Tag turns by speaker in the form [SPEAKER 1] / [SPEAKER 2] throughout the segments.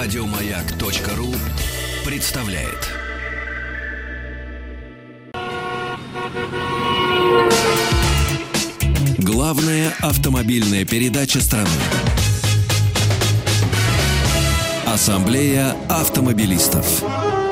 [SPEAKER 1] Радиомаяк.ру представляет. Главная автомобильная передача страны. Ассамблея автомобилистов.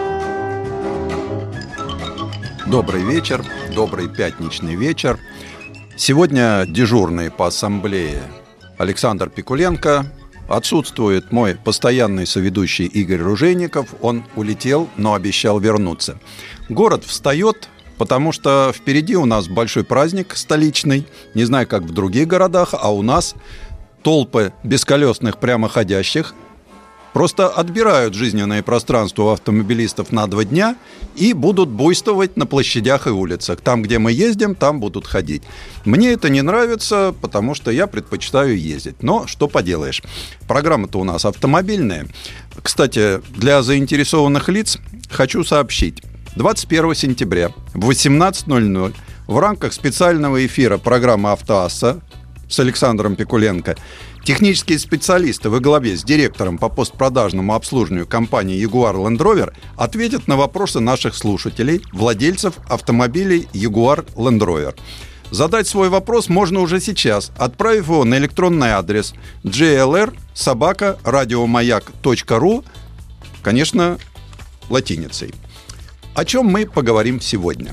[SPEAKER 2] Добрый вечер, добрый пятничный вечер. Сегодня дежурный по ассамблее Александр Пикуленко. Отсутствует мой постоянный соведущий Игорь Ружейников. Он улетел, но обещал вернуться. Город встает, потому что впереди у нас большой праздник столичный. Не знаю, как в других городах, а у нас толпы бесколесных прямоходящих просто отбирают жизненное пространство у автомобилистов на 2 дня и будут буйствовать на площадях и улицах. Там, где мы ездим, там будут ходить. Мне это не нравится, потому что я предпочитаю ездить. Но что поделаешь. Программа-то у нас автомобильная. Кстати, для заинтересованных лиц хочу сообщить. 21 сентября в 18:00 в рамках специального эфира программы «Автоасса» с Александром Пикуленко технические специалисты во главе с директором по постпродажному обслуживанию компании Jaguar Land Rover ответят на вопросы наших слушателей, владельцев автомобилей Jaguar Land Rover. Задать свой вопрос можно уже сейчас, отправив его на электронный адрес glr@radiomayak.ru, конечно, латиницей. О чем мы поговорим сегодня?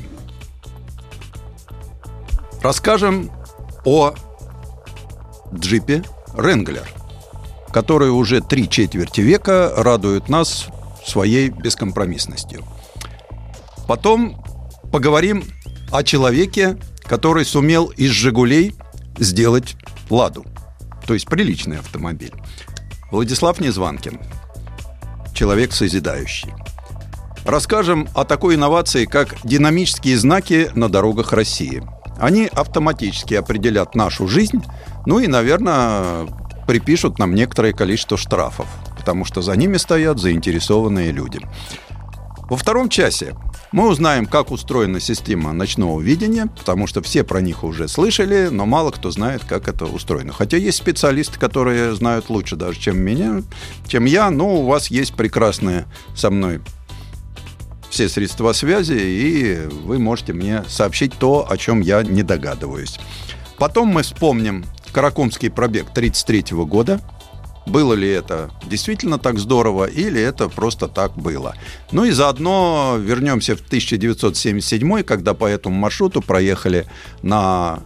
[SPEAKER 2] Расскажем о джипе Wrangler, который уже 3/4 века радует нас своей бескомпромиссностью. Потом поговорим о человеке, который сумел из «Жигулей» сделать «Ладу», то есть приличный автомобиль. Владислав Незванкин, человек созидающий. Расскажем о такой инновации, как динамические знаки на дорогах России. Они автоматически определят нашу жизнь, ну и, наверное, припишут нам некоторое количество штрафов, потому что за ними стоят заинтересованные люди. Во втором часе мы узнаем, как устроена система ночного видения, потому что все про них уже слышали, но мало кто знает, как это устроено. Хотя есть специалисты, которые знают лучше даже, чем я, но у вас есть прекрасные со мной все средства связи, и вы можете мне сообщить то, о чем я не догадываюсь. Потом мы вспомним Каракумский пробег 1933 года. Было ли это действительно так здорово, или это просто так было? Ну и заодно вернемся в 1977, когда по этому маршруту проехали на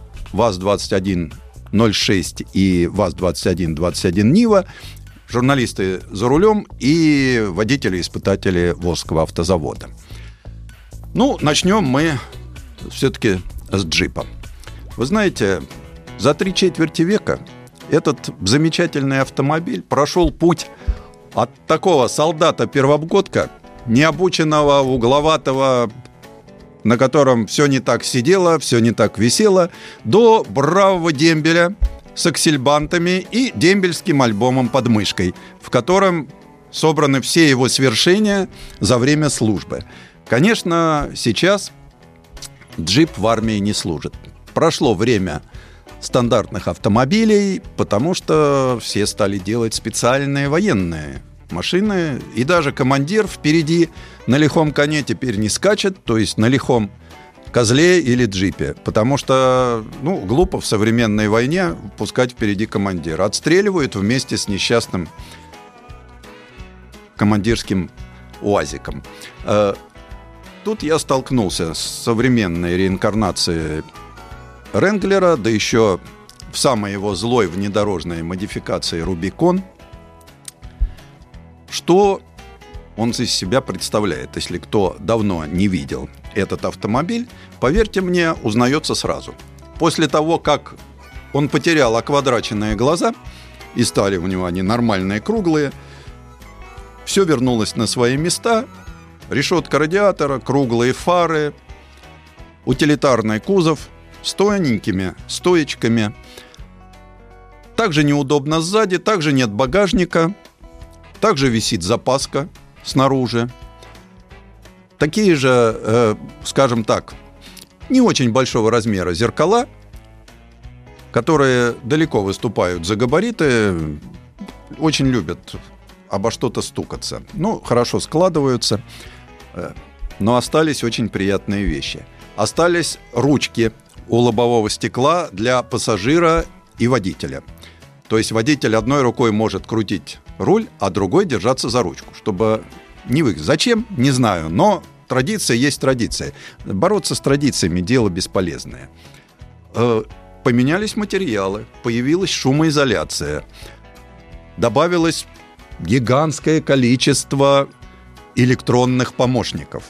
[SPEAKER 2] ВАЗ-2106 и ВАЗ-2121 Нива журналисты за рулем и водители-испытатели Волжского автозавода. Ну, начнем мы все-таки с джипа. Вы знаете, за 3/4 века этот замечательный автомобиль прошел путь от такого солдата-первогодка, необученного, угловатого, на котором все не так сидело, все не так висело, до бравого дембеля с аксельбантами и дембельским альбомом под мышкой, в котором собраны все его свершения за время службы. Конечно, сейчас джип в армии не служит. Прошло время стандартных автомобилей, потому что все стали делать специальные военные машины, и даже командир впереди на лихом коне теперь не скачет, то есть на лихом козле или джипе, потому что, глупо в современной войне пускать впереди командира. Отстреливают вместе с несчастным командирским УАЗиком. Тут я столкнулся с современной реинкарнацией Wrangler, да еще в самой его злой внедорожной модификации Rubicon. Что он из себя представляет, если кто давно не видел этот автомобиль, поверьте мне, узнается сразу. После того, как он потерял оквадраченные глаза и стали у него они нормальные, круглые, все вернулось на свои места. Решетка радиатора, круглые фары, утилитарный кузов с тоненькими стоечками. Также неудобно сзади, также нет багажника, также висит запаска снаружи. Такие же, скажем так, не очень большого размера зеркала, которые далеко выступают за габариты, очень любят обо что-то стукаться. Ну, хорошо складываются, но остались очень приятные вещи. Остались ручки у лобового стекла для пассажира и водителя. То есть водитель одной рукой может крутить руль, а другой держаться за ручку, чтобы не вы. Зачем? Не знаю, но традиция есть традиция. Бороться с традициями – дело бесполезное. Поменялись материалы, появилась шумоизоляция, добавилось гигантское количество электронных помощников.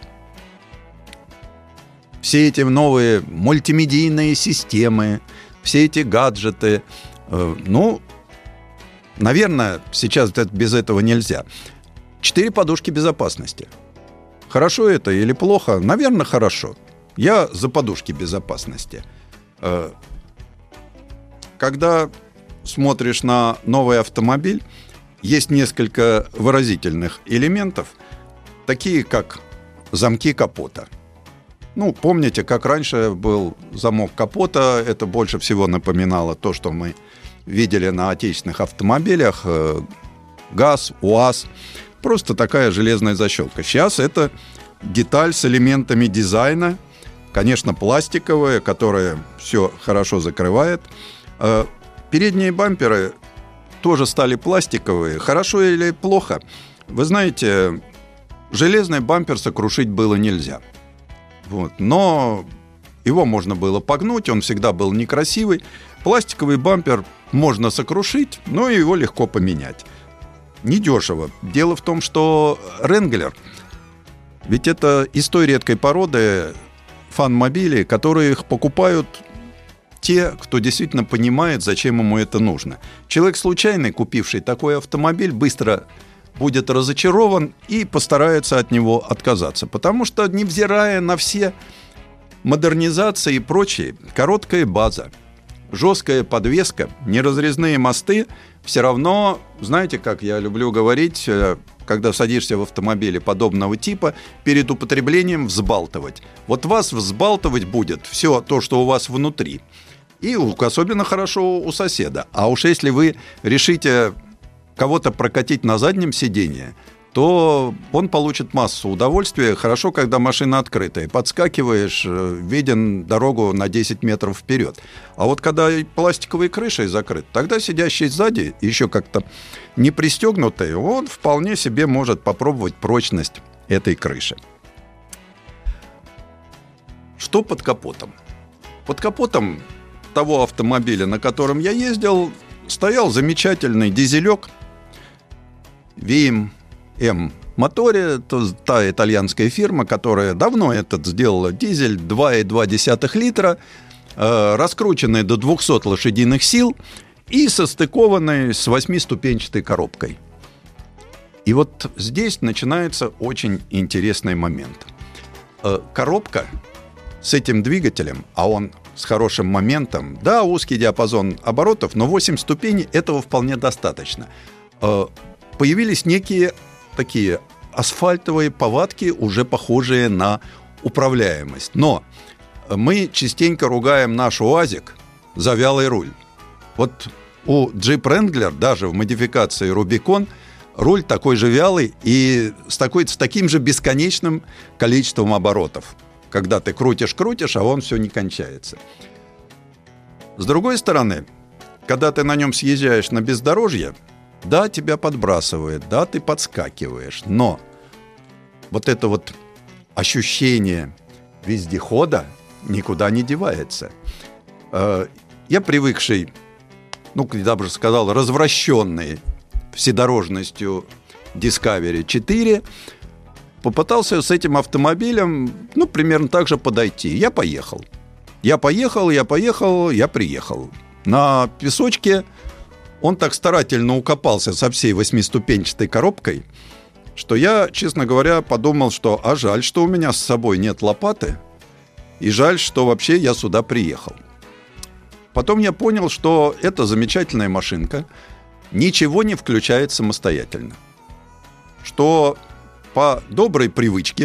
[SPEAKER 2] Все эти новые мультимедийные системы, все эти гаджеты, наверное, сейчас без этого нельзя. 4 подушки безопасности. Хорошо это или плохо? Наверное, хорошо. Я за подушки безопасности. Когда смотришь на новый автомобиль, есть несколько выразительных элементов, такие как замки капота. Помните, как раньше был замок капота, это больше всего напоминало то, что мы видели на отечественных автомобилях, ГАЗ, УАЗ, просто такая железная защелка. Сейчас это деталь с элементами дизайна, конечно, пластиковая, которая все хорошо закрывает. Передние бамперы тоже стали пластиковые. Хорошо или плохо? Вы знаете, железный бампер сокрушить было нельзя. Но его можно было погнуть, он всегда был некрасивый. Пластиковый бампер можно сокрушить, но его легко поменять. Недешево. Дело в том, что Wrangler, ведь это из той редкой породы фан-мобилей, которые их покупают те, кто действительно понимает, зачем ему это нужно. Человек случайный, купивший такой автомобиль, быстро будет разочарован и постарается от него отказаться. Потому что, невзирая на все модернизации и прочее, короткая база, жесткая подвеска, неразрезные мосты, все равно, знаете, как я люблю говорить, когда садишься в автомобиле подобного типа, перед употреблением взбалтывать. Вот вас взбалтывать будет все то, что у вас внутри. И особенно хорошо у соседа. А уж если вы решите кого-то прокатить на заднем сиденье, то он получит массу удовольствия. Хорошо, когда машина открытая. Подскакиваешь, виден дорогу на 10 метров вперед. А вот когда пластиковой крышей закрыт, тогда сидящий сзади, еще как-то не пристегнутый, он вполне себе может попробовать прочность этой крыши. Что под капотом? Под капотом того автомобиля, на котором я ездил, стоял замечательный дизелек VMM моторе, та итальянская фирма, которая давно сделала дизель 2,2 литра, раскрученный до 200 лошадиных сил и состыкованный с 8-ступенчатой коробкой. И вот здесь начинается очень интересный момент. Коробка с этим двигателем, а он с хорошим моментом, да, узкий диапазон оборотов, но 8 ступеней этого вполне достаточно. Появились некие такие асфальтовые повадки, уже похожие на управляемость. Но мы частенько ругаем наш УАЗик за вялый руль. Вот у Jeep Wrangler, даже в модификации Rubicon, руль такой же вялый и с таким же бесконечным количеством оборотов. Когда ты крутишь, а он все не кончается. С другой стороны, когда ты на нем съезжаешь на бездорожье, да, тебя подбрасывает, да, ты подскакиваешь, но вот это вот ощущение вездехода никуда не девается. Я привыкший, я бы сказал, развращенный вседорожностью Discovery 4, попытался с этим автомобилем, примерно так же подойти. Я поехал. Я приехал. На песочке он так старательно укопался со всей 8-ступенчатой коробкой, что я, честно говоря, подумал, что жаль, что у меня с собой нет лопаты, и жаль, что вообще я сюда приехал. Потом я понял, что эта замечательная машинка ничего не включает самостоятельно. Что по доброй привычке,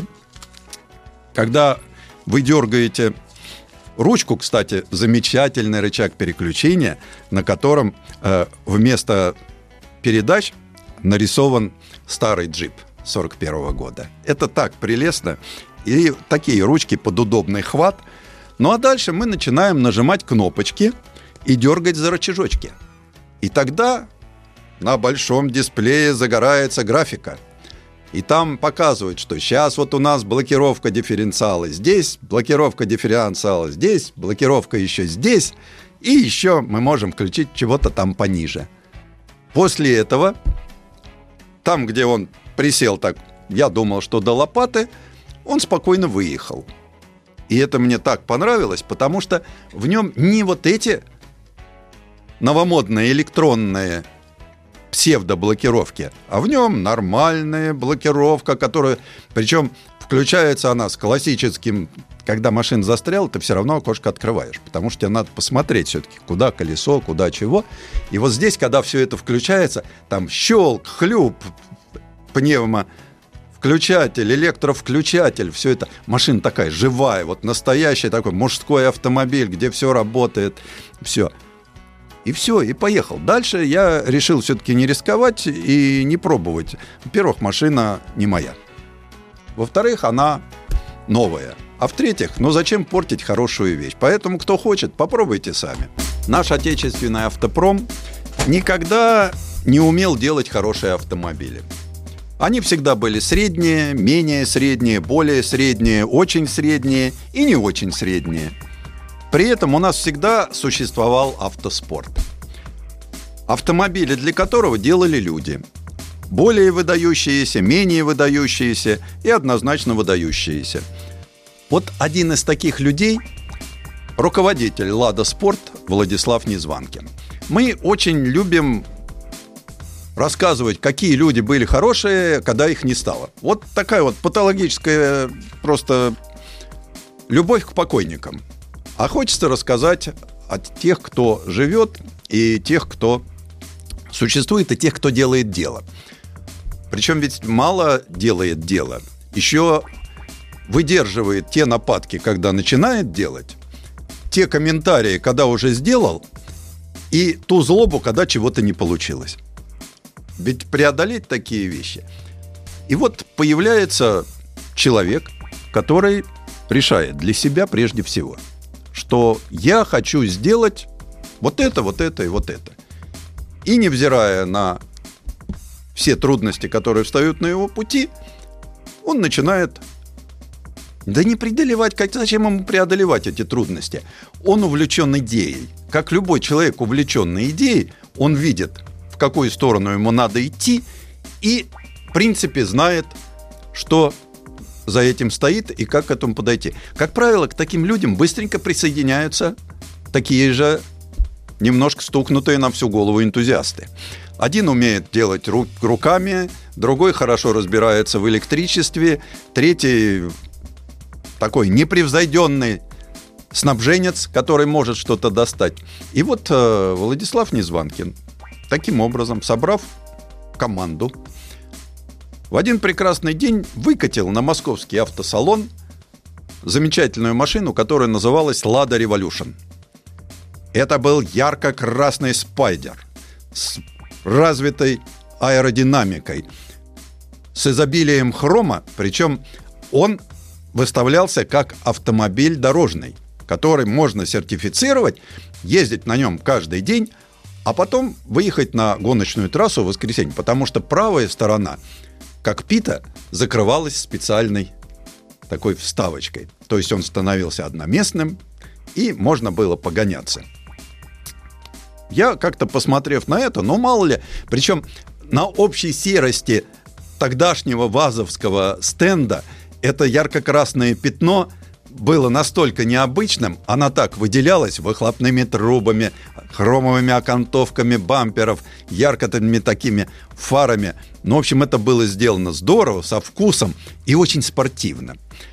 [SPEAKER 2] когда вы дергаете ручку, кстати, замечательный рычаг переключения, на котором вместо передач нарисован старый джип 41 года. Это так прелестно. И такие ручки под удобный хват. Ну а дальше мы начинаем нажимать кнопочки и дергать за рычажочки. И тогда на большом дисплее загорается графика. И там показывают, что сейчас вот у нас блокировка дифференциала здесь, блокировка дифференциала здесь, блокировка еще здесь. И еще мы можем включить чего-то там пониже. После этого, там, где он присел так, я думал, что до лопаты, он спокойно выехал. И это мне так понравилось, потому что в нем не вот эти новомодные электронные псевдоблокировки, а в нем нормальная блокировка, которая, причем включается она с классическим, когда машина застряла, ты все равно окошко открываешь, потому что тебе надо посмотреть все-таки, куда колесо, куда чего. И вот здесь, когда все это включается, там щелк, хлюп, пневмовключатель, электровключатель, все это. Машина такая живая, вот настоящий такой мужской автомобиль, где все работает, все. И все, и поехал. Дальше я решил все-таки не рисковать и не пробовать. Во-первых, машина не моя. Во-вторых, она новая. А в-третьих, ну зачем портить хорошую вещь? Поэтому, кто хочет, попробуйте сами. Наш отечественный автопром никогда не умел делать хорошие автомобили. Они всегда были средние, менее средние, более средние, очень средние и не очень средние. При этом у нас всегда существовал автоспорт. Автомобили, для которого делали люди. Более выдающиеся, менее выдающиеся и однозначно выдающиеся. Вот один из таких людей – руководитель «Лада Спорт» Владислав Незванкин. Мы очень любим рассказывать, какие люди были хорошие, когда их не стало. Вот такая вот патологическая просто любовь к покойникам. А хочется рассказать о тех, кто живет, и тех, кто существует, и тех, кто делает дело. Причем ведь мало делает дело, еще выдерживает те нападки, когда начинает делать, те комментарии, когда уже сделал, и ту злобу, когда чего-то не получилось. Ведь преодолеть такие вещи. И вот появляется человек, который решает для себя прежде всего, что я хочу сделать вот это, вот это и вот это. И невзирая на все трудности, которые встают на его пути, он начинает, да не преодолевать, зачем ему преодолевать эти трудности? Он увлечен идеей. Как любой человек, увлеченный идеей, он видит, в какую сторону ему надо идти, и, в принципе, знает, что за этим стоит и как к этому подойти. Как правило, к таким людям быстренько присоединяются такие же немножко стукнутые на всю голову энтузиасты. Один умеет делать руками, другой хорошо разбирается в электричестве, третий такой непревзойденный снабженец, который может что-то достать. И вот Владислав Незванкин, таким образом, собрав команду, в один прекрасный день выкатил на московский автосалон замечательную машину, которая называлась «Лада Революшн». Это был ярко-красный спайдер с развитой аэродинамикой, с изобилием хрома, причем он выставлялся как автомобиль дорожный, который можно сертифицировать, ездить на нем каждый день, а потом выехать на гоночную трассу в воскресенье, потому что правая сторона кокпита закрывалась специальной такой вставочкой. То есть он становился одноместным, и можно было погоняться. Я как-то, посмотрев на это, мало ли, причем на общей серости тогдашнего ВАЗовского стенда это ярко-красное пятно было настолько необычным, она так выделялась выхлопными трубами, хромовыми окантовками бамперов, яркими такими фарами. В общем, это было сделано здорово, со вкусом и очень спортивно.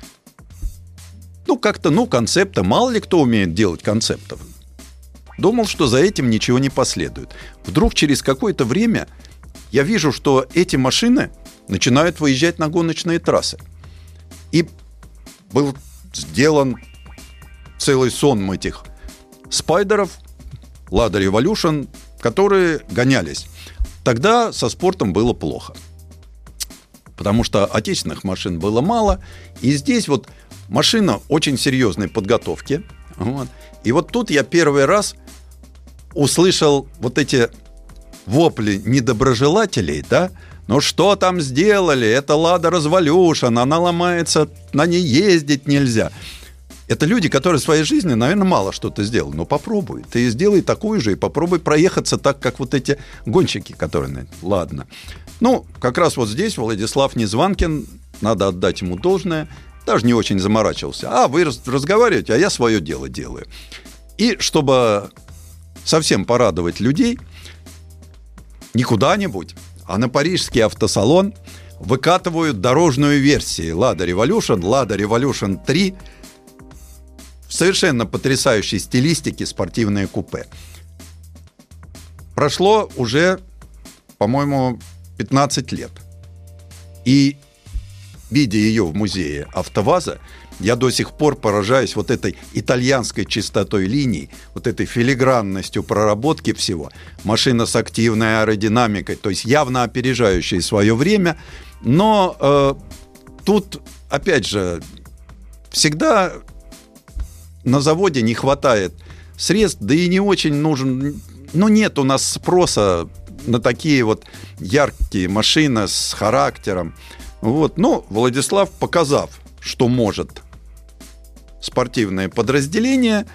[SPEAKER 2] Концепта. Мало ли кто умеет делать концептов. Думал, что за этим ничего не последует. Вдруг через какое-то время я вижу, что эти машины начинают выезжать на гоночные трассы. И был сделан целый сон этих спайдеров, Lada Revolution, которые гонялись. тогда со спортом было плохо. Потому что отечественных машин было мало. И здесь вот машина очень серьезной подготовки. Вот. И вот тут я первый раз услышал вот эти вопли недоброжелателей, да? Ну что там сделали? Это Lada Revolution, она ломается, на ней ездить нельзя. Это люди, которые в своей жизни, наверное, мало что-то сделали. Но попробуй. Ты сделай такую же и попробуй проехаться так, как вот эти гонщики, которые... Ладно. Ну, как раз вот здесь Владислав Незванкин, надо отдать ему должное, даже не очень заморачивался. А, вы разговариваете, а я свое дело делаю. И чтобы совсем порадовать людей, не куда-нибудь, а на парижский автосалон выкатывают дорожную версию Lada Revolution 3 в совершенно потрясающей стилистике спортивное купе. Прошло уже, по-моему, 15 лет. И, видя ее в музее АвтоВАЗа, я до сих пор поражаюсь вот этой итальянской чистотой линий, вот этой филигранностью проработки всего. Машина с активной аэродинамикой, то есть явно опережающая свое время. Но тут, опять же, всегда на заводе не хватает средств, да и не очень нужен... Ну, нет у нас спроса на такие вот яркие машины с характером. Вот. Но Владислав, показав, что может спортивное подразделение,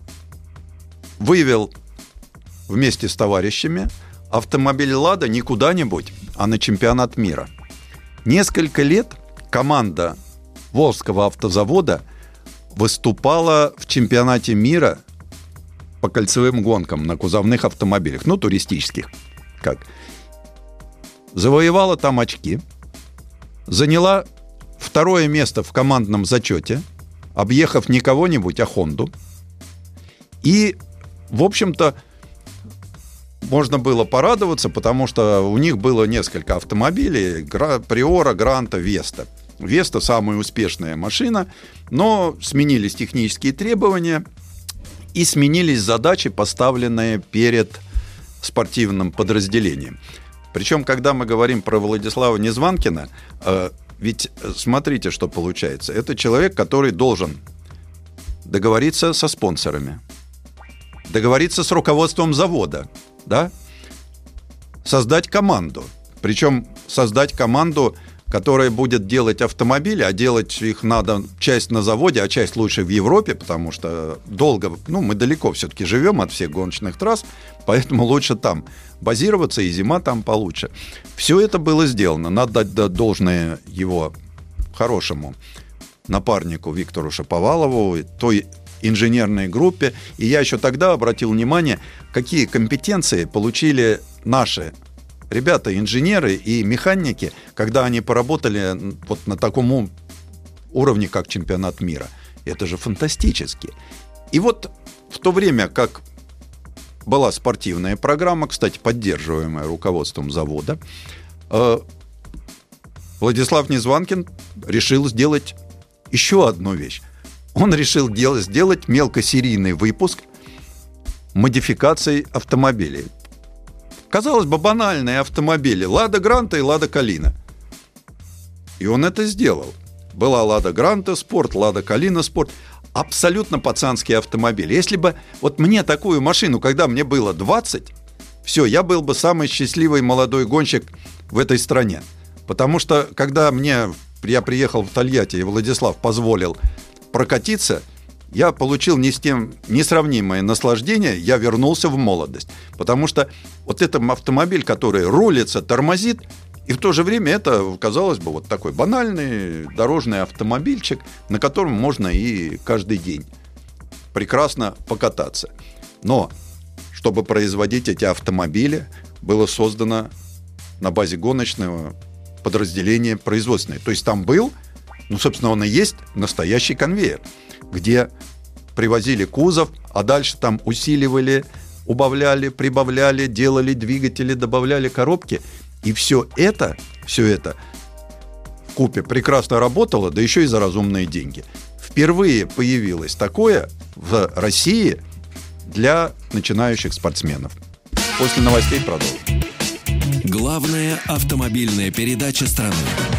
[SPEAKER 2] вывел вместе с товарищами автомобиль «Лада» не куда-нибудь, а на чемпионат мира. Несколько лет команда Волжского автозавода выступала в чемпионате мира по кольцевым гонкам на кузовных автомобилях, ну, туристических. Как? Завоевала там очки, заняла второе место в командном зачете, объехав не кого-нибудь, а Хонду. И, в общем-то, можно было порадоваться, потому что у них было несколько автомобилей: Приора, Гранта, Веста. Веста — самая успешная машина, но сменились технические требования и сменились задачи, поставленные перед спортивным подразделением. Причем, когда мы говорим про Владислава Незванкина, ведь смотрите, что получается. Это человек, который должен договориться со спонсорами, договориться с руководством завода, да? Создать команду. Причем создать команду, которая будет делать автомобили, а делать их надо часть на заводе, а часть лучше в Европе, потому что долго, мы далеко все-таки живем от всех гоночных трасс, поэтому лучше там базироваться, и зима там получше. Все это было сделано. Надо дать должное его хорошему напарнику Виктору Шаповалову, той инженерной группе. И я еще тогда обратил внимание, какие компетенции получили наши ребята, инженеры и механики, когда они поработали вот на таком уровне, как чемпионат мира. Это же фантастически. И вот в то время, как была спортивная программа, кстати, поддерживаемая руководством завода, Владислав Незванкин решил сделать еще одну вещь. Он решил сделать мелкосерийный выпуск модификаций автомобилей. Казалось бы, банальные автомобили: Лада Гранта и Лада Калина. И он это сделал. Была Лада Гранта Спорт, Лада Калина Спорт. Абсолютно пацанские автомобили. Если бы вот мне такую машину, когда мне было 20, все, я был бы самый счастливый молодой гонщик в этой стране. Потому что, когда я приехал в Тольятти, и Владислав позволил прокатиться, я получил несравнимое наслаждение, я вернулся в молодость. Потому что вот этот автомобиль, который рулится, тормозит, и в то же время это, казалось бы, вот такой банальный дорожный автомобильчик, на котором можно и каждый день прекрасно покататься. Но чтобы производить эти автомобили, было создано на базе гоночного подразделения производственное. То есть там был, собственно, он и есть настоящий конвейер, где привозили кузов, а дальше там усиливали, убавляли, прибавляли, делали двигатели, добавляли коробки. И все это вкупе прекрасно работало, да еще и за разумные деньги. Впервые появилось такое в России для начинающих спортсменов. После новостей продолжим.
[SPEAKER 1] Главная автомобильная передача страны.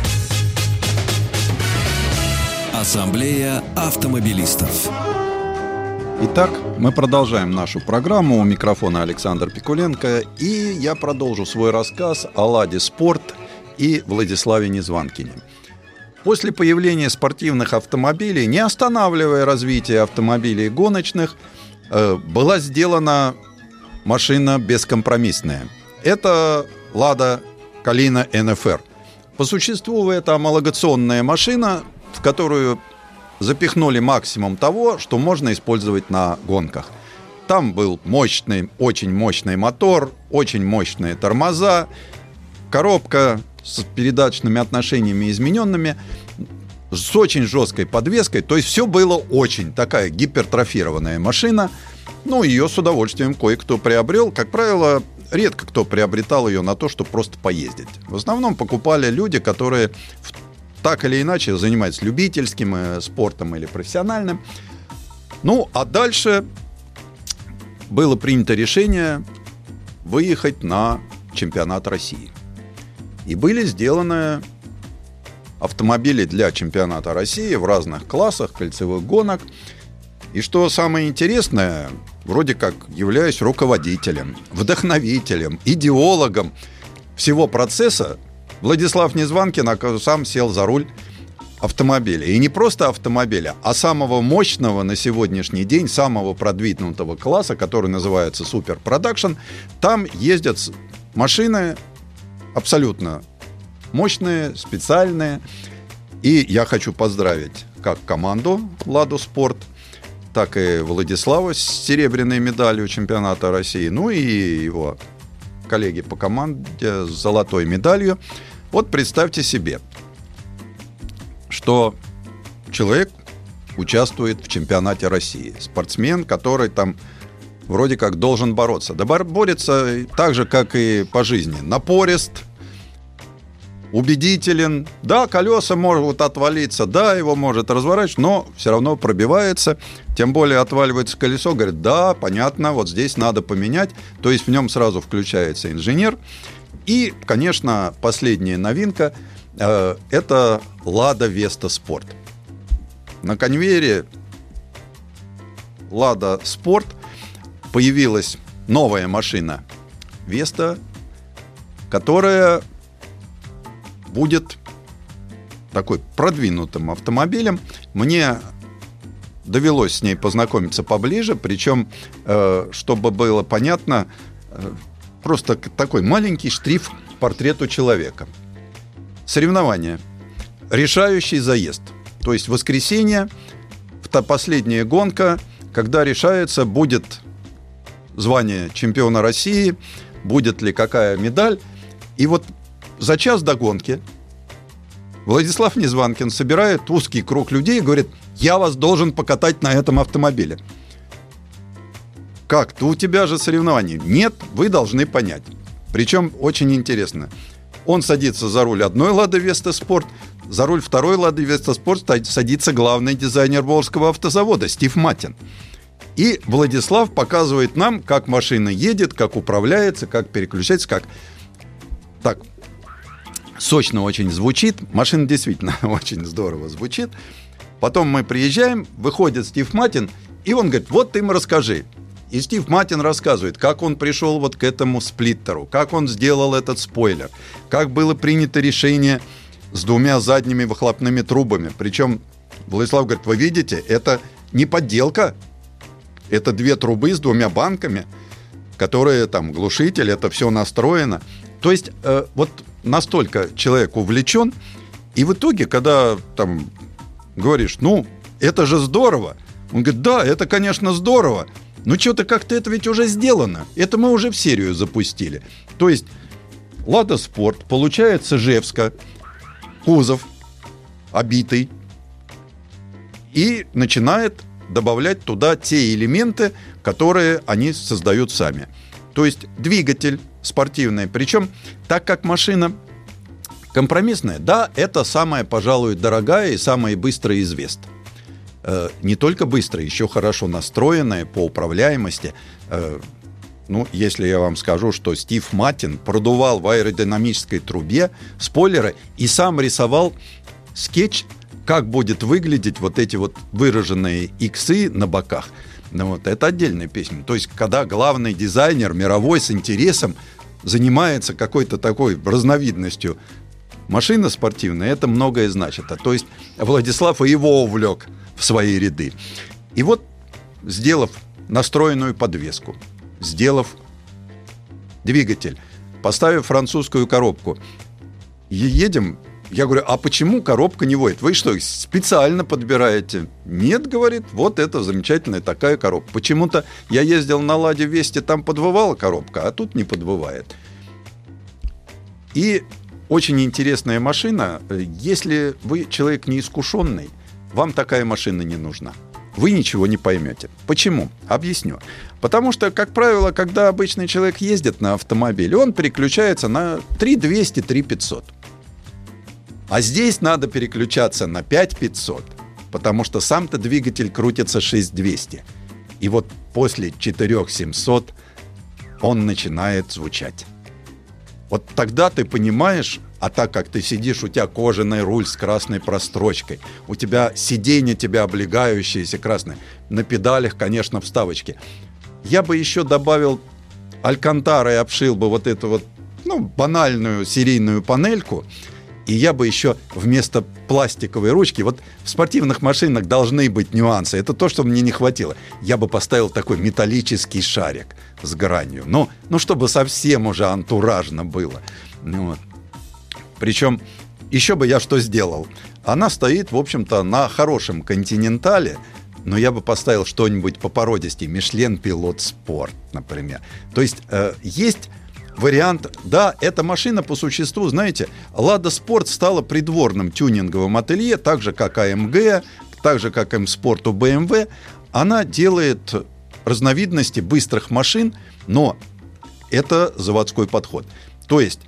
[SPEAKER 1] Ассамблея автомобилистов.
[SPEAKER 2] Итак, мы продолжаем нашу программу. У микрофона Александр Пикуленко. И я продолжу свой рассказ о «Ладе Спорт» и Владиславе Незванкине. После появления спортивных автомобилей, не останавливая развитие автомобилей гоночных, была сделана машина бескомпромиссная. Это «Лада Калина НФР». По существу это homologaционная машина, в которую запихнули максимум того, что можно использовать на гонках. Там был мощный, очень мощный мотор, очень мощные тормоза, коробка с передаточными отношениями измененными, с очень жесткой подвеской. То есть все было очень такая гипертрофированная машина. Ну, ее с удовольствием кое-кто приобрел. Как правило, редко кто приобретал ее на то, чтобы просто поездить. В основном покупали люди, которые так или иначе занимаются любительским спортом или профессиональным. Ну, а дальше было принято решение выехать на чемпионат России. И были сделаны автомобили для чемпионата России в разных классах кольцевых гонок. И что самое интересное, вроде как являюсь руководителем, вдохновителем, идеологом всего процесса, Владислав Незванкин сам сел за руль автомобиля. И не просто автомобиля, а самого мощного на сегодняшний день, самого продвинутого класса, который называется Super Production. Там ездят машины абсолютно мощные, специальные. И я хочу поздравить как команду «Ладу Спорт», так и Владислава с серебряной медалью чемпионата России, ну и его коллеги по команде с золотой медалью. Вот представьте себе, что человек участвует в чемпионате России. Спортсмен, который там вроде как должен бороться. Да борется так же, как и по жизни. Напорист, убедителен. Да, колеса могут отвалиться, да, его может разворачивать, но все равно пробивается. Тем более отваливается колесо, говорит, да, понятно, вот здесь надо поменять. То есть в нем сразу включается инженер. И, конечно, последняя новинка это «Лада Веста Спорт». На конвейере «Лада Спорт» появилась новая машина «Веста», которая будет такой продвинутым автомобилем. Мне довелось с ней познакомиться поближе, причем, чтобы было понятно, просто такой маленький штрих к портрету человека. Соревнования. Решающий заезд. То есть воскресенье, последняя гонка, когда решается, будет звание чемпиона России, будет ли какая медаль. И вот за час до гонки Владислав Незванкин собирает узкий круг людей и говорит, я вас должен покатать на этом автомобиле. Как? У тебя же соревнования. Нет, вы должны понять. Причем очень интересно. Он садится за руль одной «Лады Веста Спорт», за руль второй «Лады Веста Спорт» садится главный дизайнер Волжского автозавода Стив Матин. И Владислав показывает нам, как машина едет, как управляется, как переключается, как... Так, сочно очень звучит. Машина действительно очень здорово звучит. Потом мы приезжаем, выходит Стив Матин, и он говорит, вот ты им расскажи. И Стив Матин рассказывает, как он пришел вот к этому сплиттеру, как он сделал этот спойлер, как было принято решение с двумя задними выхлопными трубами. Причем Владислав говорит, вы видите, это не подделка, это две трубы с двумя банками, которые там глушитель, это все настроено. То есть вот настолько человек увлечен, и в итоге, когда там говоришь, ну, это же здорово, он говорит, да, это, конечно, здорово, но что-то как-то это ведь уже сделано, это мы уже в серию запустили. То есть «Лада Спорт» получает с Ижевска кузов обитый и начинает добавлять туда те элементы, которые они создают сами. То есть двигатель спортивный. Причем, так как машина компромиссная, да, это самая, пожалуй, дорогая и самая быстрая из Вест. Не только быстрая, еще хорошо настроенная по управляемости. Ну, если я вам скажу, что Стив Маттин продувал в аэродинамической трубе спойлеры и сам рисовал скетч, как будет выглядеть вот эти вот выраженные иксы на боках. Ну, вот, это отдельная песня. То есть, когда главный дизайнер мировой с интересом занимается какой-то такой разновидностью машины спортивной, это многое значит. То есть, Владислав и его увлек в свои ряды. И вот, сделав настроенную подвеску, сделав двигатель, поставив французскую коробку, едем. Я говорю, а почему коробка не воет? Вы что, специально подбираете? Нет, говорит, вот это замечательная такая коробка. Почему-то я ездил на Ладе Весте, там подвывала коробка, а тут не подвывает. И очень интересная машина. Если вы человек неискушенный, вам такая машина не нужна. Вы ничего не поймете. Почему? Объясню. Потому что, как правило, когда обычный человек ездит на автомобиле, он переключается на 3200, 3500. А здесь надо переключаться на 5500, потому что сам-то двигатель крутится 6200. И вот после 4700 он начинает звучать. Вот тогда ты понимаешь, а так как ты сидишь, у тебя кожаный руль с красной прострочкой, у тебя сиденье тебя облегающееся красное, на педалях, конечно, вставочки. Я бы еще добавил алькантара и обшил бы вот эту вот, банальную серийную панельку, и я бы еще вместо пластиковой ручки, вот в спортивных машинах должны быть нюансы, это то, что мне не хватило. Я бы поставил такой металлический шарик с гранью, чтобы совсем уже антуражно было. Вот. Причем еще бы я что сделал? Она стоит, в общем-то, на хорошем континентале, но я бы поставил что-нибудь по породистей, Michelin Pilot Sport, например. То есть есть вариант, да, эта машина по существу, знаете, Lada Sport стала придворным тюнинговым ателье, так же, как AMG, так же, как M-Sport у BMW. Она делает разновидности быстрых машин, но это заводской подход. То есть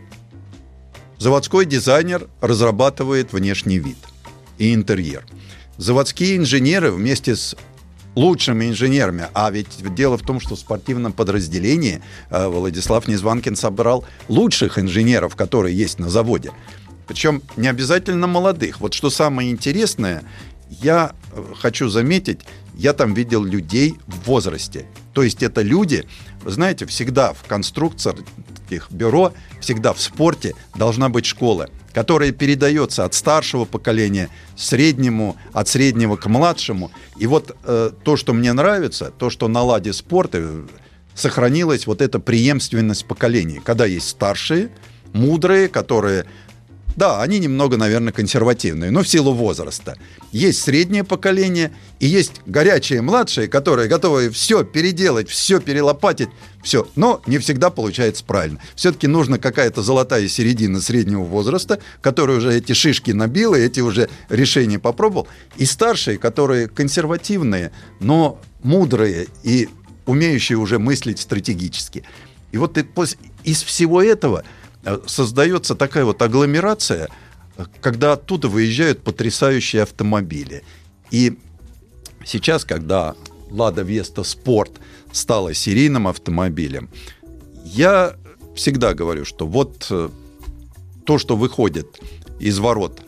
[SPEAKER 2] заводской дизайнер разрабатывает внешний вид и интерьер. Заводские инженеры вместе с лучшими инженерами, а ведь дело в том, что в спортивном подразделении Владислав Незванкин собрал лучших инженеров, которые есть на заводе. Причем не обязательно молодых. Вот что самое интересное, я хочу заметить, я там видел людей в возрасте. То есть это люди, вы знаете, всегда в конструкторских бюро, всегда в спорте должна быть школа, которая передается от старшего поколения к среднему, от среднего к младшему. И вот то, что мне нравится, то, что на Ладе спорта сохранилась вот эта преемственность поколений, когда есть старшие, мудрые, которые... Да, они немного, наверное, консервативные, но в силу возраста. Есть среднее поколение и есть горячие младшие, которые готовы все переделать, все перелопатить, все. Но не всегда получается правильно. Все-таки нужна какая-то золотая середина среднего возраста, который уже эти шишки набил, и эти уже решения попробовал. И старшие, которые консервативные, но мудрые и умеющие уже мыслить стратегически. И вот из всего этого создается такая вот агломерация, когда оттуда выезжают потрясающие автомобили. И сейчас, когда Lada Vesta Sport стала серийным автомобилем, я всегда говорю, что вот то, что выходит из ворот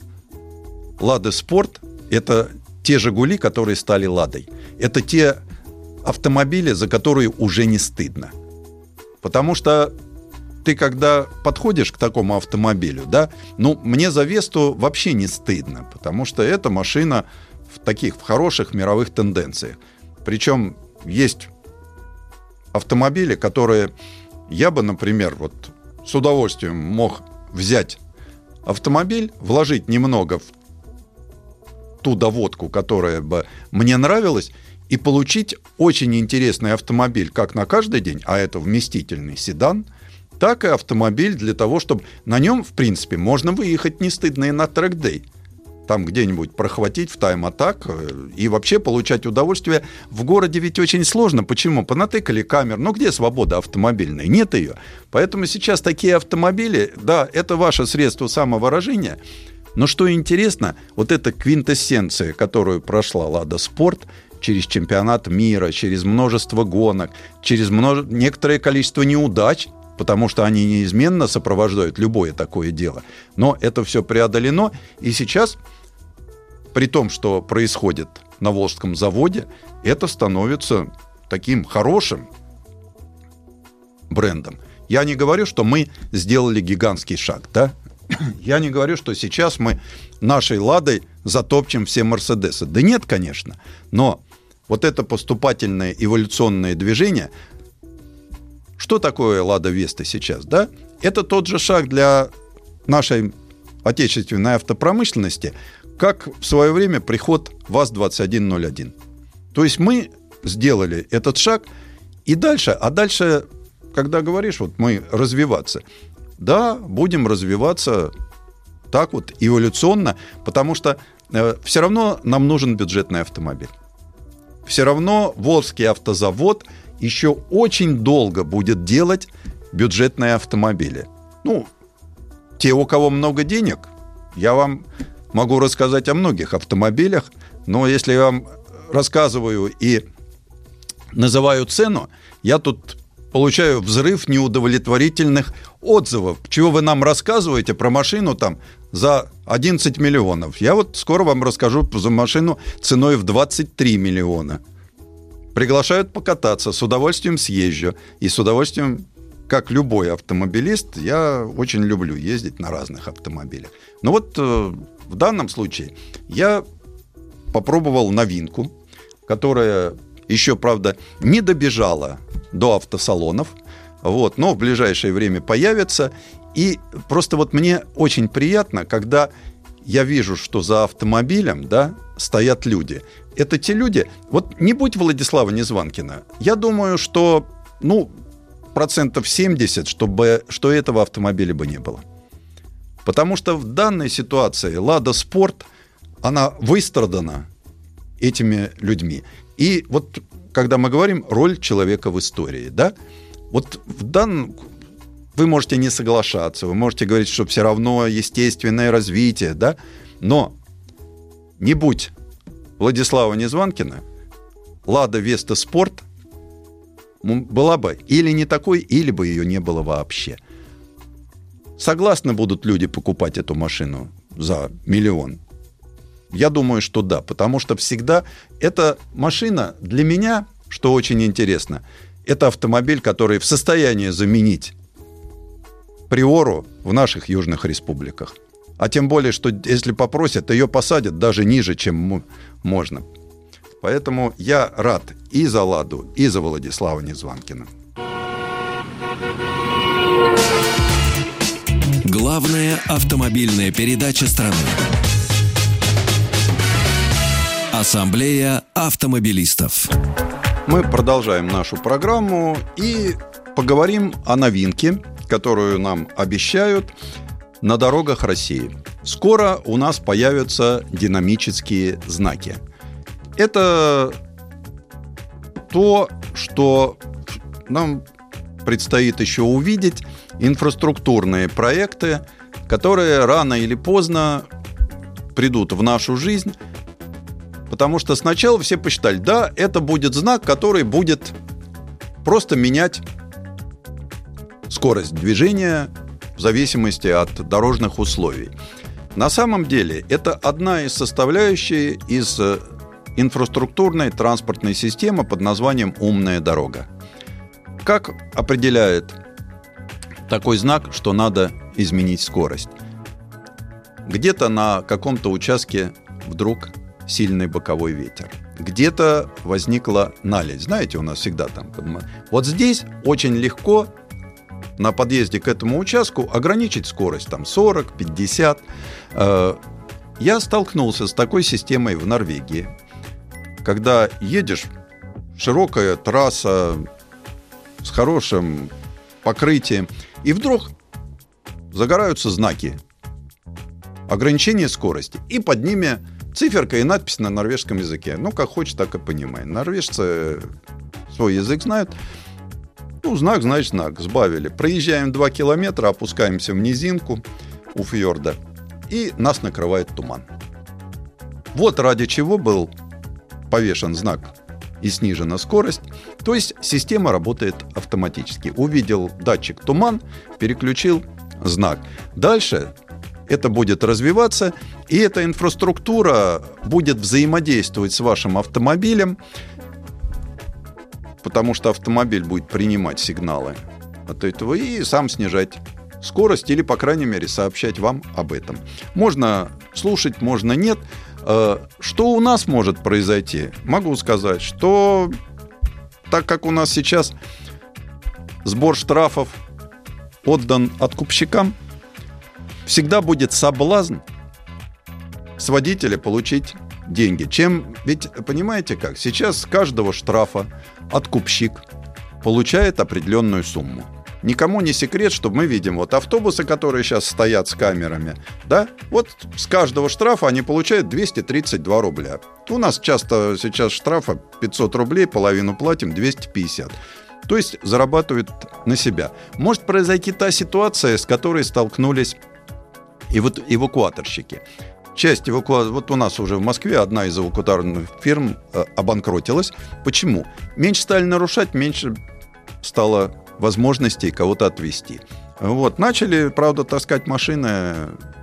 [SPEAKER 2] Lada Sport, это те «Жигули», которые стали «Ладой». Это те автомобили, за которые уже не стыдно. Потому что ты, когда подходишь к такому автомобилю, да, мне за Весту вообще не стыдно, потому что эта машина в хороших мировых тенденциях. Причем есть автомобили, которые я бы, например, вот с удовольствием мог взять автомобиль, вложить немного в ту доводку, которая бы мне нравилась, и получить очень интересный автомобиль как на каждый день, а это вместительный седан, так и автомобиль для того, чтобы на нем, в принципе, можно выехать не стыдно и на трек-дэй. Там где-нибудь прохватить в тайм-атак и вообще получать удовольствие. В городе ведь очень сложно. Почему? Понатыкали камер. Где свобода автомобильная? Нет ее. Поэтому сейчас такие автомобили, да, это ваше средство самовыражения. Но что интересно, вот эта квинтэссенция, которую прошла Lada Sport, через чемпионат мира, через множество гонок, через некоторое количество неудач, потому что они неизменно сопровождают любое такое дело. Но это все преодолено, и сейчас, при том, что происходит на Волжском заводе, это становится таким хорошим брендом. Я не говорю, что мы сделали гигантский шаг, да? Я не говорю, что сейчас мы нашей «Ладой» затопчем все «Мерседесы». Да нет, конечно. Но вот это поступательное эволюционное движение, что такое «Лада Веста» сейчас, да? Это тот же шаг для нашей отечественной автопромышленности, как в свое время приход ВАЗ-2101. То есть мы сделали этот шаг, и дальше, когда говоришь, вот мы развиваться, да, будем развиваться так вот эволюционно, потому что все равно нам нужен бюджетный автомобиль. Все равно Волжский автозавод еще очень долго будет делать бюджетные автомобили. Ну, те, у кого много денег, я вам могу рассказать о многих автомобилях, но если я вам рассказываю и называю цену, я тут получаю взрыв неудовлетворительных отзывов. Чего вы нам рассказываете про машину там за 11 миллионов? Я вот скоро вам расскажу за машину ценой в 23 миллиона. Приглашают покататься, с удовольствием съезжу. И с удовольствием, как любой автомобилист, я очень люблю ездить на разных автомобилях. Но вот в данном случае я попробовал новинку, которая еще, правда, не добежала до автосалонов, вот, но в ближайшее время появится. И просто вот мне очень приятно, когда я вижу, что за автомобилем, да, стоят люди. Это те люди, вот не будь Владислава Незванкина, я думаю, что, 70%, что этого автомобиля бы не было. Потому что в данной ситуации «Лада Спорт», она выстрадана этими людьми. И вот когда мы говорим «роль человека в истории», да, вот в данном вы можете не соглашаться, вы можете говорить, что все равно естественное развитие, да, но не будь Владислава Незванкина, «Лада Веста Спорт» была бы или не такой, или бы ее не было вообще. Согласны будут люди покупать эту машину за миллион? Я думаю, что да, потому что всегда эта машина для меня, что очень интересно, это автомобиль, который в состоянии заменить Приору в наших южных республиках. А тем более, что если попросят, ее посадят даже ниже, чем можно. Поэтому я рад и за «Ладу», и за Владислава Незванкина.
[SPEAKER 1] Главная автомобильная передача страны. Ассамблея автомобилистов.
[SPEAKER 2] Мы продолжаем нашу программу и поговорим о новинке, которую нам обещают на дорогах России. Скоро у нас появятся динамические знаки. Это то, что нам предстоит еще увидеть, инфраструктурные проекты, которые рано или поздно придут в нашу жизнь, потому что сначала все посчитали, да, это будет знак, который будет просто менять скорость движения в зависимости от дорожных условий. На самом деле это одна из составляющих из инфраструктурной транспортной системы под названием «Умная дорога». Как определяет такой знак, что надо изменить скорость? Где-то на каком-то участке вдруг сильный боковой ветер. Где-то возникла наледь. Знаете, у нас всегда там... Вот здесь очень легко на подъезде к этому участку ограничить скорость, там 40, 50. Я столкнулся с такой системой в Норвегии. Когда едешь, широкая трасса с хорошим покрытием, и вдруг загораются знаки ограничения скорости, и под ними циферка и надпись на норвежском языке. Ну, как хочешь, так и понимай. Норвежцы свой язык знают. Ну, знак, значит, знак. Сбавили. Проезжаем 2 километра, опускаемся в низинку у фьорда, и нас накрывает туман. Вот ради чего был повешен знак и снижена скорость. То есть система работает автоматически. Увидел датчик туман, переключил знак. Дальше это будет развиваться, и эта инфраструктура будет взаимодействовать с вашим автомобилем, потому что автомобиль будет принимать сигналы от этого и сам снижать скорость или, по крайней мере, сообщать вам об этом. Можно слушать, можно нет. Что у нас может произойти? Могу сказать, что так как у нас сейчас сбор штрафов отдан откупщикам, всегда будет соблазн с водителя получить деньги. Ведь понимаете как? Сейчас с каждого штрафа откупщик получает определенную сумму. Никому не секрет, что мы видим вот автобусы, которые сейчас стоят с камерами, да, вот с каждого штрафа они получают 232 рубля. У нас часто сейчас штрафа 500 рублей, половину платим, 250. То есть зарабатывают на себя. Может произойти та ситуация, с которой столкнулись и вот эвакуаторщики. Часть вот у нас уже в Москве одна из эвакуаторных фирм обанкротилась. Почему? Меньше стали нарушать, меньше стало возможностей кого-то отвезти. Вот. Начали, правда, таскать машины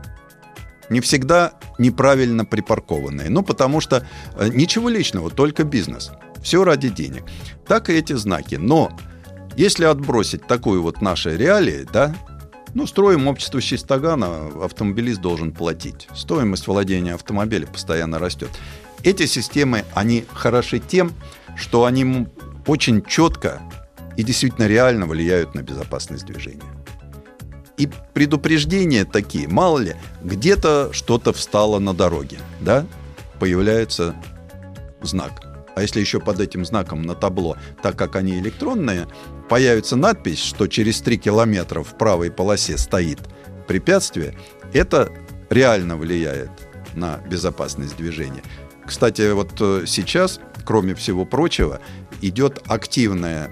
[SPEAKER 2] не всегда неправильно припаркованные. Ну, потому что ничего личного, только бизнес. Все ради денег. Так и эти знаки. Но если отбросить такую вот наши реалии, да, строим общество Чистогана, автомобилист должен платить. Стоимость владения автомобиля постоянно растет. Эти системы, они хороши тем, что они очень четко и действительно реально влияют на безопасность движения. И предупреждения такие, мало ли, где-то что-то встало на дороге, да, появляется знак. А если еще под этим знаком на табло, так как они электронные, появится надпись, что через 3 километра в правой полосе стоит препятствие, это реально влияет на безопасность движения. Кстати, вот сейчас, кроме всего прочего, идет активное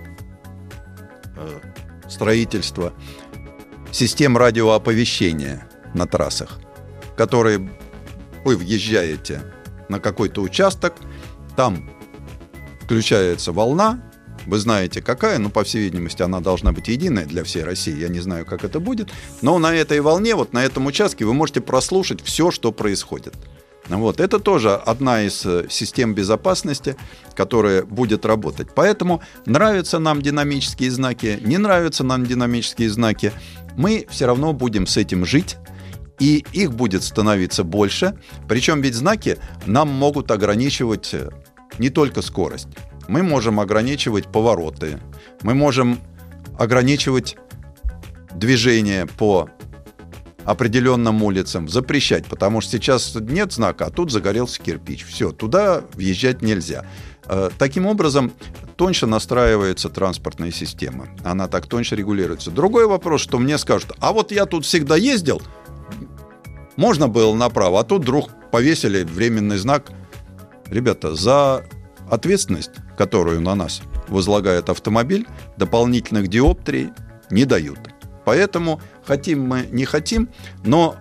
[SPEAKER 2] строительство систем радиооповещения на трассах, которые вы въезжаете на какой-то участок, там включается волна, вы знаете какая, по всей видимости, она должна быть единая для всей России, я не знаю, как это будет, но на этой волне, вот на этом участке вы можете прослушать все, что происходит. Вот. Это тоже одна из систем безопасности, которая будет работать. Поэтому нравятся нам динамические знаки, не нравятся нам динамические знаки, мы все равно будем с этим жить, и их будет становиться больше. Причем ведь знаки нам могут ограничивать не только скорость. Мы можем ограничивать повороты, мы можем ограничивать движение по определенным улицам, запрещать, потому что сейчас нет знака, а тут загорелся кирпич. Все, туда въезжать нельзя. Таким образом, тоньше настраивается транспортная система. Она так тоньше регулируется. Другой вопрос, что мне скажут, а вот я тут всегда ездил, можно было направо, а тут вдруг повесили временный знак. Ребята, за ответственность, которую на нас возлагает автомобиль, дополнительных диоптрий не дают. Поэтому хотим мы, не хотим, но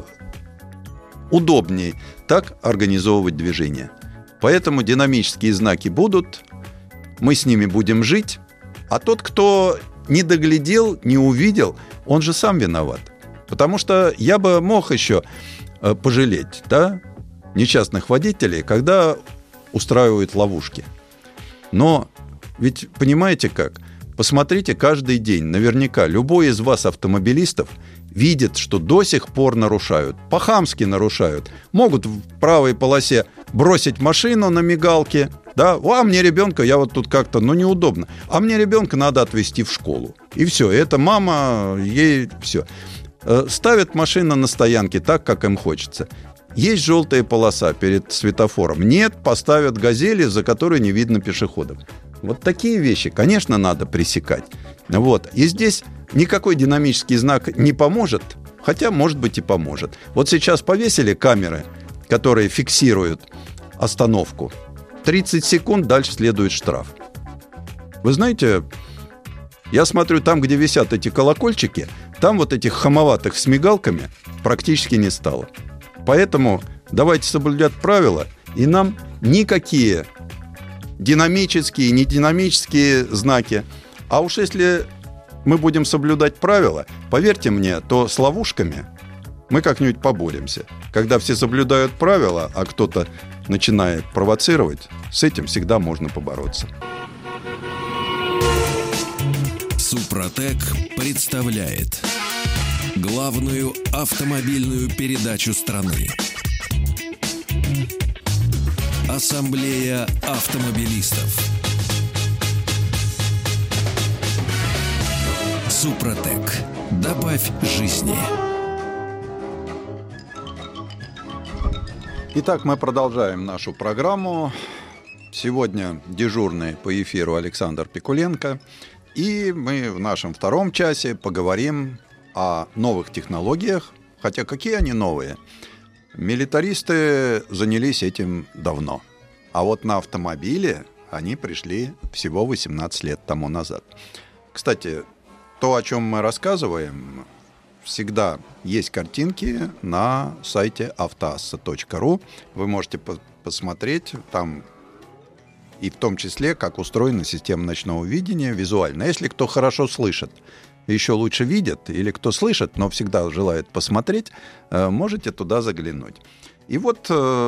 [SPEAKER 2] удобнее так организовывать движение. Поэтому динамические знаки будут, мы с ними будем жить, а тот, кто не доглядел, не увидел, он же сам виноват. Потому что я бы мог еще пожалеть, да, несчастных водителей, когда устраивают ловушки. Но ведь понимаете как? Посмотрите каждый день, наверняка любой из вас, автомобилистов, видит, что до сих пор нарушают, по-хамски нарушают. Могут в правой полосе бросить машину на мигалке, да, а мне ребенка, я вот тут как-то, неудобно, а мне ребенка надо отвезти в школу. И все, это мама, ей все. Ставят машину на стоянке так, как им хочется. Есть желтая полоса перед светофором. Нет, поставят «Газели», за которой не видно пешеходов. Вот такие вещи, конечно, надо пресекать. Вот. И здесь никакой динамический знак не поможет, хотя, может быть, и поможет. Вот сейчас повесили камеры, которые фиксируют остановку. 30 секунд, дальше следует штраф. Вы знаете, я смотрю, там, где висят эти колокольчики, там вот этих хамоватых с мигалками практически не стало. Поэтому давайте соблюдать правила, и нам никакие динамические, нединамические знаки. А уж если мы будем соблюдать правила, поверьте мне, то с ловушками мы как-нибудь поборемся. Когда все соблюдают правила, а кто-то начинает провоцировать, с этим всегда можно побороться.
[SPEAKER 1] Супротек представляет главную автомобильную передачу страны. Ассамблея автомобилистов. Супротек. Добавь жизни.
[SPEAKER 2] Итак, мы продолжаем нашу программу. Сегодня дежурный по эфиру Александр Пикуленко. И мы в нашем втором часе поговорим о новых технологиях. Хотя какие они новые? Милитаристы занялись этим давно. А вот на автомобиле они пришли всего 18 лет тому назад. Кстати, то, о чем мы рассказываем, всегда есть картинки на сайте автоасса.ру. Вы можете посмотреть там, и в том числе, как устроена система ночного видения визуально. Если кто хорошо слышит, еще лучше видит, или кто слышит, но всегда желает посмотреть, можете туда заглянуть. И вот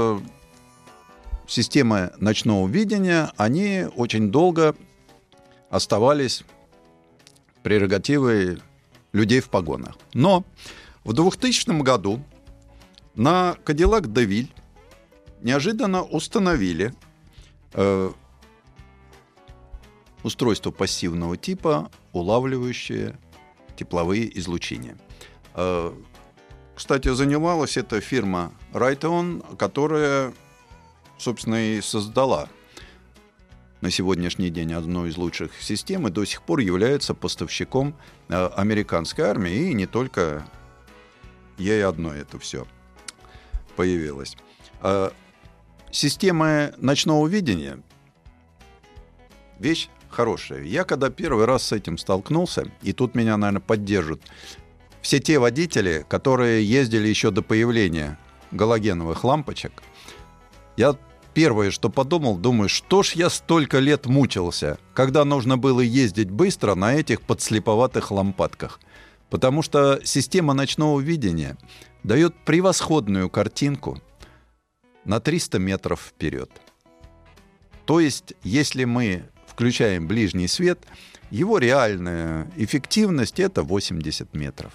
[SPEAKER 2] системы ночного видения, они очень долго оставались прерогативой людей в погонах. Но в 2000 году на Cadillac DeVille неожиданно установили устройство пассивного типа, улавливающее тепловые излучения. Кстати, занималась эта фирма Raytheon, которая, собственно, и создала на сегодняшний день одну из лучших систем и до сих пор является поставщиком американской армии. И не только ей одной это все появилось. Система ночного видения — вещь хорошая. Я когда первый раз с этим столкнулся, и тут меня, наверное, поддержат все те водители, которые ездили еще до появления галогеновых лампочек, я первое, что подумал, думаю, что ж я столько лет мучился, когда нужно было ездить быстро на этих подслеповатых лампадках. Потому что система ночного видения дает превосходную картинку на 300 метров вперед. То есть, если мы включаем ближний свет, его реальная эффективность — это 80 метров.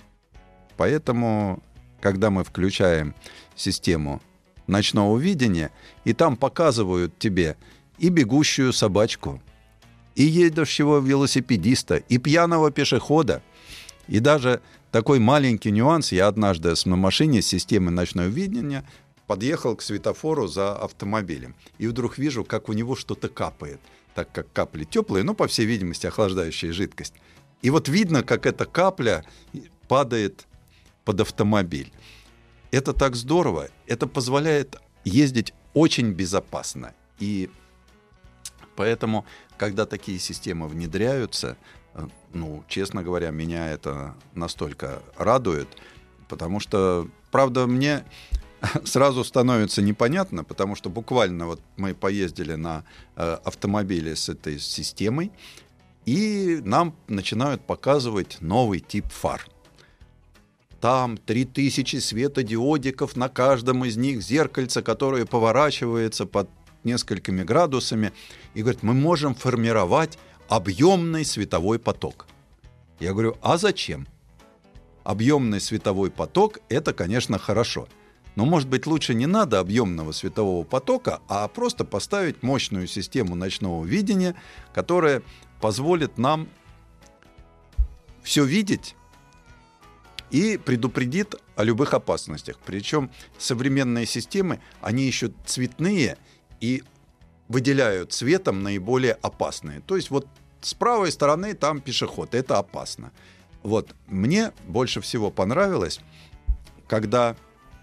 [SPEAKER 2] Поэтому, когда мы включаем систему ночного видения, и там показывают тебе и бегущую собачку, и едущего велосипедиста, и пьяного пешехода, и даже такой маленький нюанс. Я однажды на машине с системой ночного видения подъехал к светофору за автомобилем, и вдруг вижу, как у него что-то капает, так как капли теплые, по всей видимости, охлаждающая жидкость. И вот видно, как эта капля падает под автомобиль. Это так здорово, это позволяет ездить очень безопасно. И поэтому, когда такие системы внедряются, честно говоря, меня это настолько радует, потому что, правда, мне сразу становится непонятно, потому что буквально вот мы поездили на автомобиле с этой системой, и нам начинают показывать новый тип фар. Там 3000 светодиодиков, на каждом из них зеркальце, которое поворачивается под несколькими градусами. И говорит, мы можем формировать объемный световой поток. Я говорю, а зачем? Объемный световой поток — это, конечно, хорошо. Но, может быть, лучше не надо объемного светового потока, а просто поставить мощную систему ночного видения, которая позволит нам все видеть и предупредит о любых опасностях. Причем современные системы, они еще цветные и выделяют цветом наиболее опасные. То есть вот с правой стороны там пешеход, это опасно. Вот мне больше всего понравилось, когда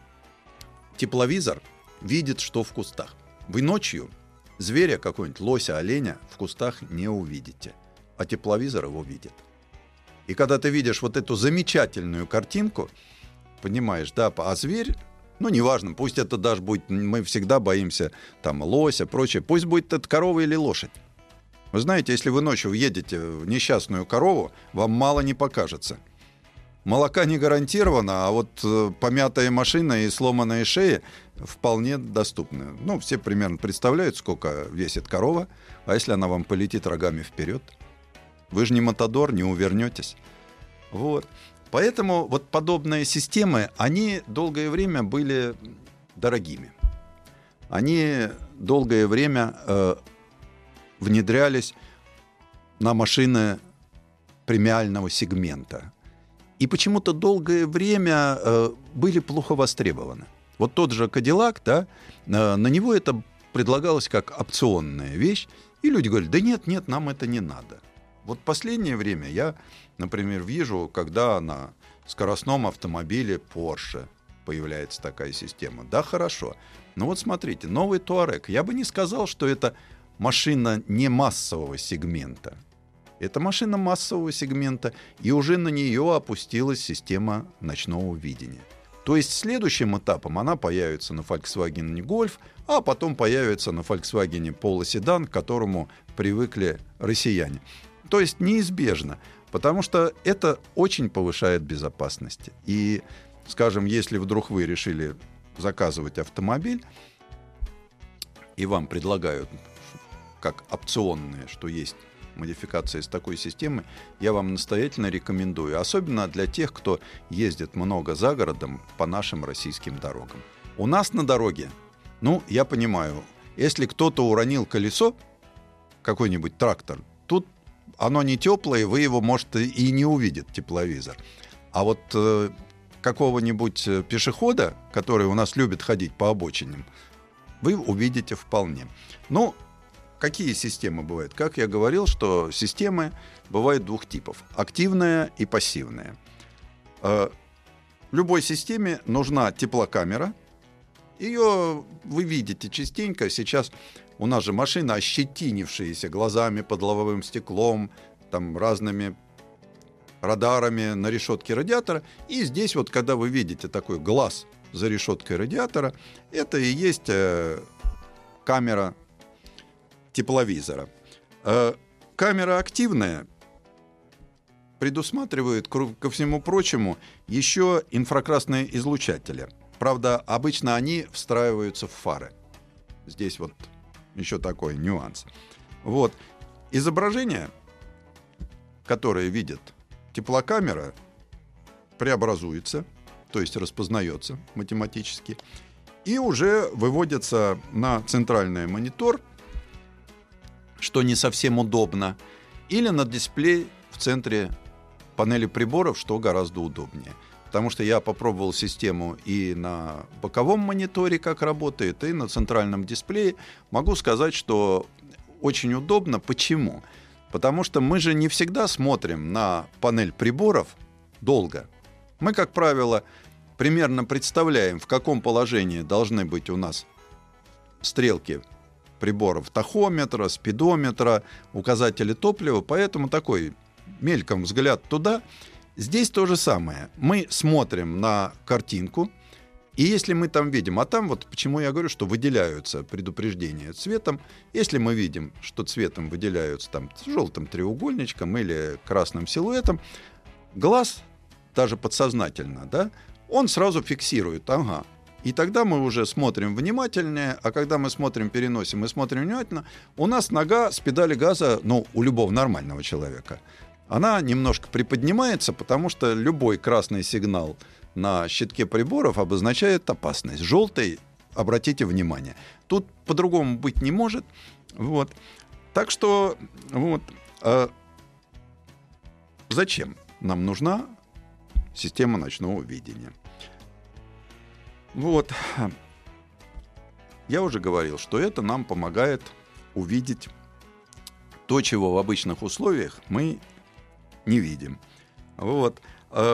[SPEAKER 2] тепловизор видит, что в кустах. Вы ночью зверя какого-нибудь, лося, оленя в кустах не увидите, а тепловизор его видит. И когда ты видишь вот эту замечательную картинку, понимаешь, да, а зверь Ну, неважно, пусть это даже будет, мы всегда боимся там лося, прочее. Пусть будет это корова или лошадь. Вы знаете, если вы ночью едете в несчастную корову, вам мало не покажется. Молока не гарантировано, а вот помятая машина и сломанные шеи вполне доступны. Ну, все примерно представляют, сколько весит корова, а если она вам полетит рогами вперед? Вы же не матадор, не увернетесь. Вот. Поэтому вот подобные системы, они долгое время были дорогими. Они долгое время внедрялись на машины премиального сегмента. И почему-то долгое время были плохо востребованы. Вот тот же Кадиллак, да, на него это предлагалось как опционная вещь, и люди говорят, да нет, нам это не надо. Вот в последнее время я, например, вижу, когда на скоростном автомобиле Porsche появляется такая система. Да, хорошо. Но вот смотрите, новый Touareg. Я бы не сказал, что это машина не массового сегмента. Это машина массового сегмента, и уже на нее опустилась система ночного видения. То есть следующим этапом она появится на Volkswagen Golf, а потом появится на Volkswagen Polo Sedan, к которому привыкли россияне. То есть неизбежно, потому что это очень повышает безопасность. И, скажем, если вдруг вы решили заказывать автомобиль, и вам предлагают как опционные, что есть модификация с такой системой, я вам настоятельно рекомендую, особенно для тех, кто ездит много за городом по нашим российским дорогам. У нас на дороге, ну, я понимаю, если кто-то уронил колесо, какой-нибудь трактор, тут оно не теплое, вы его, может, и не увидит тепловизор. А вот какого-нибудь пешехода, который у нас любит ходить по обочинам, вы увидите вполне. Ну, какие системы бывают? Как я говорил, что системы бывают двух типов. Активная и пассивная. В любой системе нужна теплокамера. Ее вы видите частенько. Сейчас у нас же машины, ощетинившиеся глазами под лобовым стеклом, там разными радарами на решетке радиатора. И здесь вот, когда вы видите такой глаз за решеткой радиатора, это и есть камера тепловизора. Камера активная предусматривает, ко всему прочему, еще инфракрасные излучатели. Правда, обычно они встраиваются в фары. Здесь вот еще такой нюанс. Вот. Изображение, которое видит теплокамера, преобразуется, то есть распознается математически, и уже выводится на центральный монитор, что не совсем удобно, или на дисплей в центре панели приборов, что гораздо удобнее. Потому что я попробовал систему и на боковом мониторе, как работает, и на центральном дисплее. Могу сказать, что очень удобно. Почему? Потому что мы же не всегда смотрим на панель приборов долго. Мы, как правило, примерно представляем, в каком положении должны быть у нас стрелки приборов тахометра, спидометра, указатели топлива, поэтому такой мельком взгляд туда. Здесь то же самое. Мы смотрим на картинку, и если мы там видим, а там вот почему я говорю, что выделяются предупреждения цветом, если мы видим, что цветом выделяются там желтым треугольничком или красным силуэтом, глаз, даже подсознательно, да, он сразу фиксирует, ага. И тогда мы уже смотрим внимательнее, а когда мы смотрим, переносим и смотрим внимательно, у нас нога с педали газа, ну, у любого нормального человека, она немножко приподнимается, потому что любой красный сигнал на щитке приборов обозначает опасность. Желтый, обратите внимание. Тут по-другому быть не может. Вот. Так что вот, зачем нам нужна система ночного видения? Вот. Я уже говорил, что это нам помогает увидеть то, чего в обычных условиях мы не видим. Вот.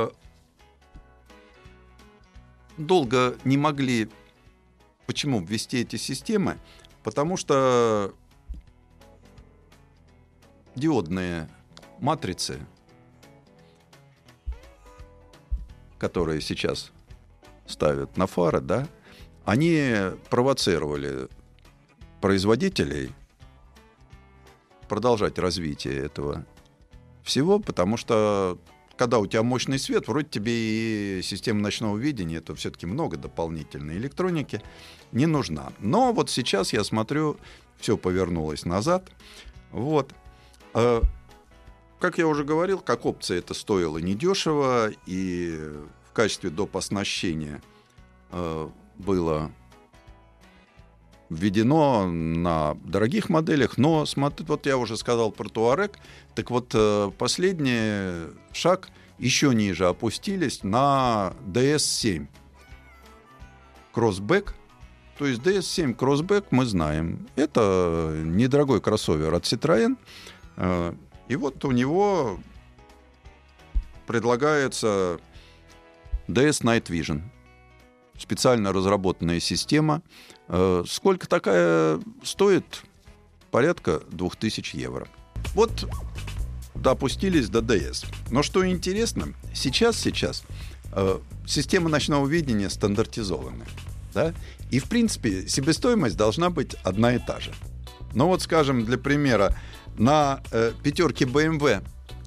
[SPEAKER 2] Долго не могли, почему, ввести эти системы, потому что диодные матрицы, которые сейчас ставят на фары, да, они провоцировали производителей продолжать развитие этого всего, потому что когда у тебя мощный свет, вроде тебе и система ночного видения, это все-таки много дополнительной электроники, не нужна. Но вот сейчас я смотрю, все повернулось назад. Вот. Как я уже говорил, как опция это стоило недешево, и в качестве доп. Оснащения было введено на дорогих моделях, но вот я уже сказал про Touareg, так вот последний шаг еще ниже опустились на DS7 Crossback. То есть DS7 Crossback мы знаем, это недорогой кроссовер от Citroën, и вот у него предлагается DS Night Vision. Специально разработанная система. Сколько такая стоит? Порядка 2000 евро. Вот допустились до DS. Но что интересно, сейчас система ночного видения стандартизована. Да? И, в принципе, себестоимость должна быть одна и та же. Но вот, скажем, для примера, на пятерке BMW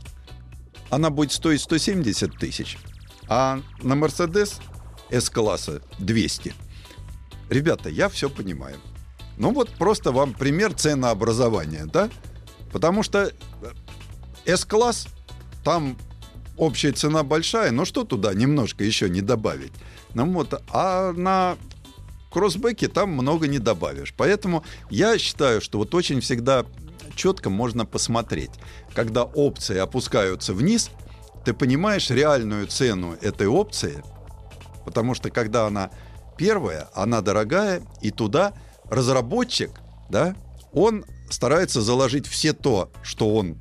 [SPEAKER 2] она будет стоить 170 тысяч, а на Mercedes S-класса 200. Ребята, я все понимаю. Ну вот просто вам пример ценообразования, да? Потому что S-класс, там общая цена большая, но что туда немножко еще не добавить? Ну вот, а на кроссбеке там много не добавишь. Поэтому я считаю, что вот очень всегда четко можно посмотреть. Когда опции опускаются вниз, ты понимаешь реальную цену этой опции, потому что когда она первая, она дорогая, и туда разработчик, да, он старается заложить все то, что он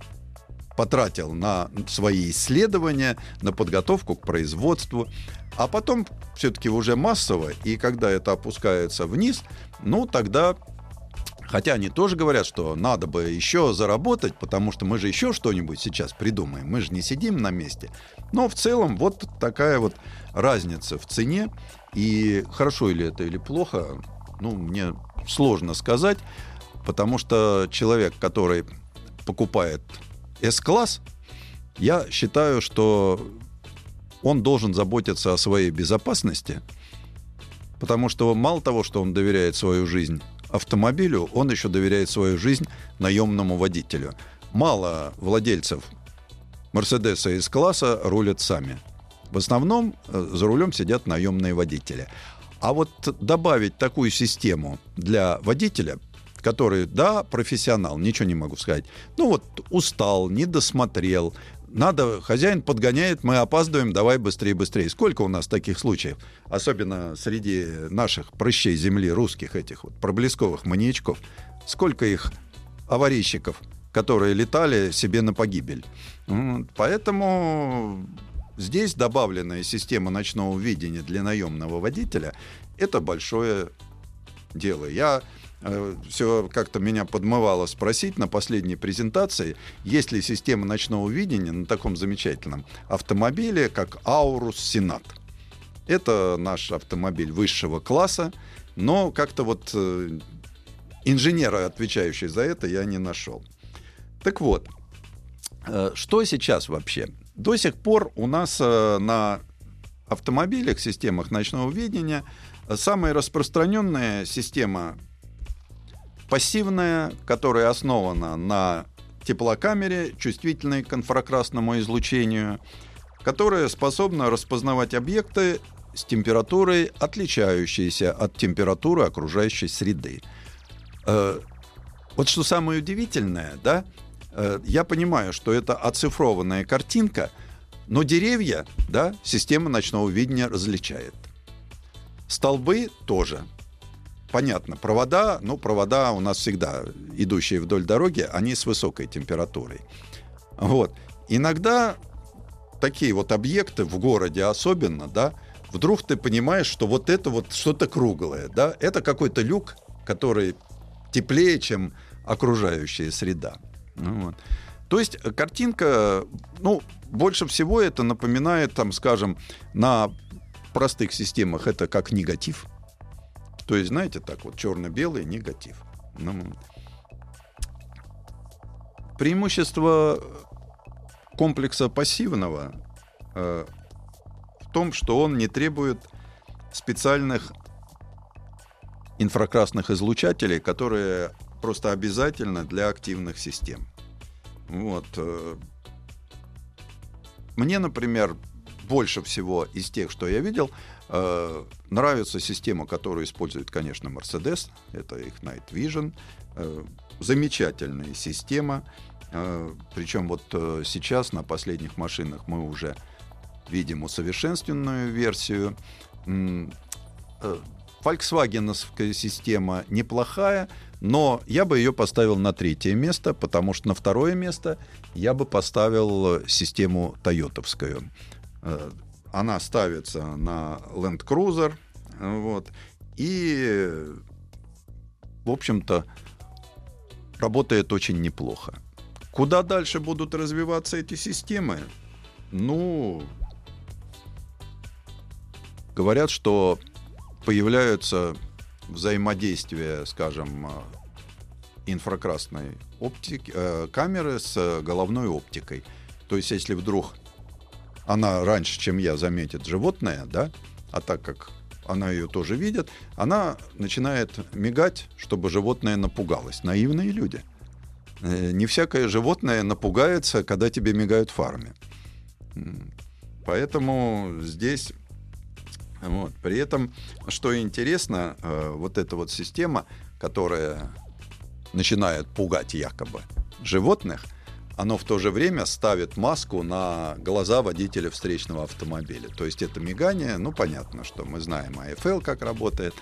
[SPEAKER 2] потратил на свои исследования, на подготовку к производству, а потом все-таки уже массово, и когда это опускается вниз, ну тогда, хотя они тоже говорят, что надо бы еще заработать, потому что мы же еще что-нибудь сейчас придумаем, мы же не сидим на месте. Но в целом вот такая вот разница в цене, и хорошо ли это или плохо, ну, мне сложно сказать, потому что человек, который покупает S-класс, я считаю, что он должен заботиться о своей безопасности, потому что мало того, что он доверяет свою жизнь автомобилю, он еще доверяет свою жизнь наемному водителю. Мало владельцев Мерседеса S-класса рулят сами. В основном за рулем сидят наемные водители. А вот добавить такую систему для водителя, который, да, профессионал, ничего не могу сказать, ну вот устал, не досмотрел, надо, хозяин подгоняет, мы опаздываем, давай быстрее, быстрее. Сколько у нас таких случаев? Особенно среди наших прыщей земли, русских этих вот проблесковых маньячков. Сколько их аварийщиков, которые летали себе на погибель. Поэтому здесь добавленная система ночного видения для наемного водителя – это большое дело. Я все как-то меня подмывало спросить на последней презентации, есть ли система ночного видения на таком замечательном автомобиле, как Aurus Senat. Это наш автомобиль высшего класса, но как-то вот инженера, отвечающего за это, я не нашел. Так вот, что сейчас вообще? До сих пор у нас на автомобилях, системах ночного видения, самая распространенная система пассивная, которая основана на теплокамере, чувствительной к инфракрасному излучению, которая способна распознавать объекты с температурой, отличающейся от температуры окружающей среды. Вот что самое удивительное, да, я понимаю, что это оцифрованная картинка, но деревья, да, система ночного видения различает. Столбы тоже. Понятно, провода у нас всегда, идущие вдоль дороги, они с высокой температурой. Вот. Иногда такие вот объекты в городе особенно, да, вдруг ты понимаешь, что вот это вот что-то круглое, да, это какой-то люк, который теплее, чем окружающая среда. Вот. То есть картинка, больше всего это напоминает, там, скажем, на простых системах это как негатив. То есть, знаете, так вот, черно-белый негатив. Преимущество комплекса пассивного в том, что он не требует специальных инфракрасных излучателей, которые просто обязательны для активных систем. Вот. Мне, например, больше всего из тех, что я видел, нравится система, которую использует, конечно, Mercedes. Это их Night Vision. Замечательная система. Причем вот сейчас на последних машинах мы уже видим усовершенствованную версию. Volkswagen-овская система неплохая, но я бы ее поставил на 3-е место, потому что на 2-е место я бы поставил систему тойотовскую. Она ставится на Land Cruiser, вот, и, в общем-то, работает очень неплохо. Куда дальше будут развиваться эти системы? Ну, говорят, что появляются взаимодействия, скажем, инфракрасной камеры с головной оптикой. То есть, если вдруг она раньше, чем я, заметит животное, да, а так как она ее тоже видит, она начинает мигать, чтобы животное напугалось. Наивные люди. Не всякое животное напугается, когда тебе мигают фарами. Поэтому здесь... Вот. При этом, что интересно, вот эта вот система, которая начинает пугать якобы животных, она в то же время ставит маску на глаза водителя встречного автомобиля. То есть это мигание, ну, понятно, что мы знаем AFL, как работает.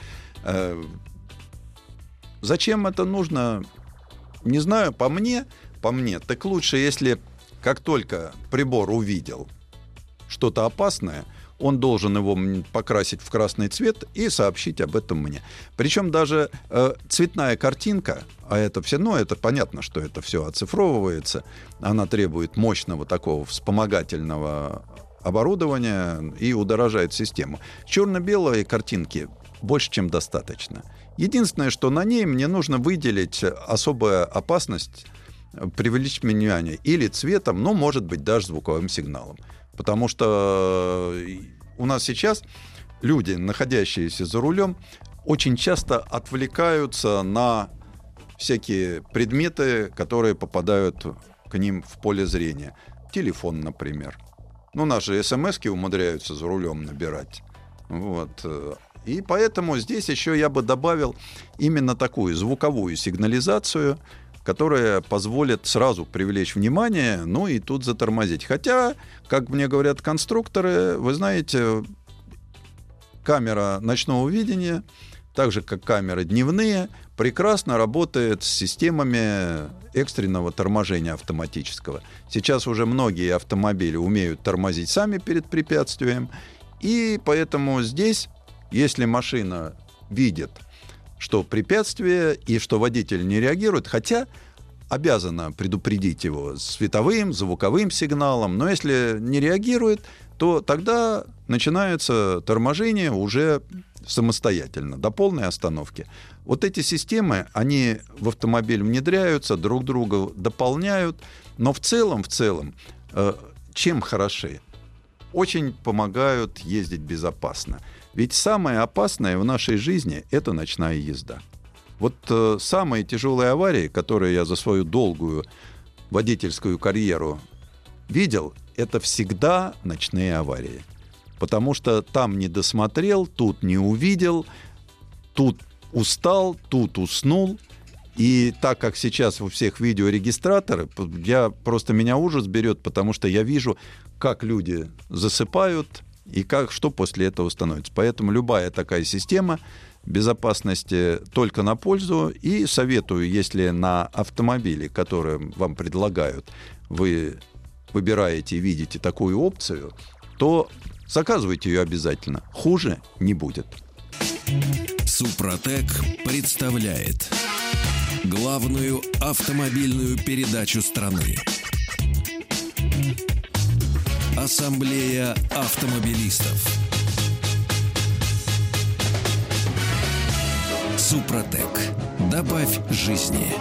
[SPEAKER 2] Зачем это нужно? Не знаю, по мне, так лучше, если как только прибор увидел что-то опасное, он должен его покрасить в красный цвет и сообщить об этом мне. Причем даже цветная картинка, а это все, ну, это понятно, что это все оцифровывается, она требует мощного такого вспомогательного оборудования и удорожает систему. Черно-белой картинки больше, чем достаточно. Единственное, что на ней мне нужно выделить особую опасность, привлечь внимание или цветом, ну, может быть, даже звуковым сигналом. Потому что у нас сейчас люди, находящиеся за рулем, очень часто отвлекаются на всякие предметы, которые попадают к ним в поле зрения. Телефон, например. Ну, наши смс-ки умудряются за рулем набирать. Вот. И поэтому здесь еще я бы добавил именно такую звуковую сигнализацию, которая позволит сразу привлечь внимание, ну и тут затормозить. Хотя, как мне говорят конструкторы, вы знаете, камера ночного видения, так же как камеры дневные, прекрасно работает с системами экстренного торможения автоматического. Сейчас уже многие автомобили умеют тормозить сами перед препятствием, и поэтому здесь, если машина видит, что препятствие и что водитель не реагирует, хотя обязана предупредить его световым, звуковым сигналом, но если не реагирует, то тогда начинается торможение уже самостоятельно, до полной остановки. Вот эти системы, они в автомобиль внедряются, друг друга дополняют, но в целом, чем хороши? Очень помогают ездить безопасно. Ведь самое опасное в нашей жизни – это ночная езда. Вот самые тяжелые аварии, которые я за свою долгую водительскую карьеру видел, это всегда ночные аварии. Потому что там не досмотрел, тут не увидел, тут устал, тут уснул. И так как сейчас у всех видеорегистраторы, меня ужас берет, потому что я вижу, как люди засыпают и что после этого становится. Поэтому любая такая система безопасности только на пользу. И советую, если на автомобиле, который вам предлагают, вы выбираете и видите такую опцию, то заказывайте ее обязательно. Хуже не будет.
[SPEAKER 1] Супротек представляет главную автомобильную передачу страны. Ассамблея автомобилистов. Супротек. Добавь жизни.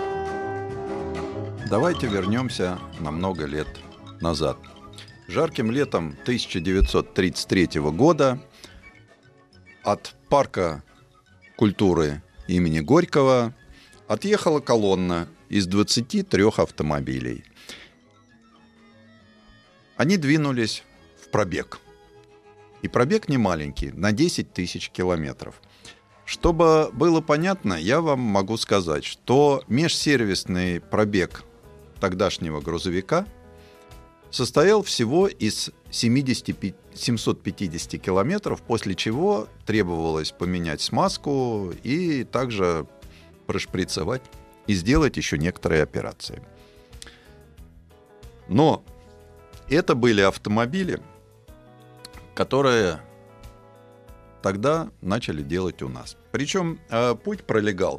[SPEAKER 2] Давайте вернемся на много лет назад. Жарким летом 1933 года от парка культуры имени Горького отъехала колонна из 23 автомобилей. Они двинулись в пробег. И пробег не маленький, на 10 тысяч километров. Чтобы было понятно, я вам могу сказать, что межсервисный пробег тогдашнего грузовика состоял всего из 750 километров, после чего требовалось поменять смазку и также прошприцевать и сделать еще некоторые операции. Но это были автомобили, которые тогда начали делать у нас. Причем путь пролегал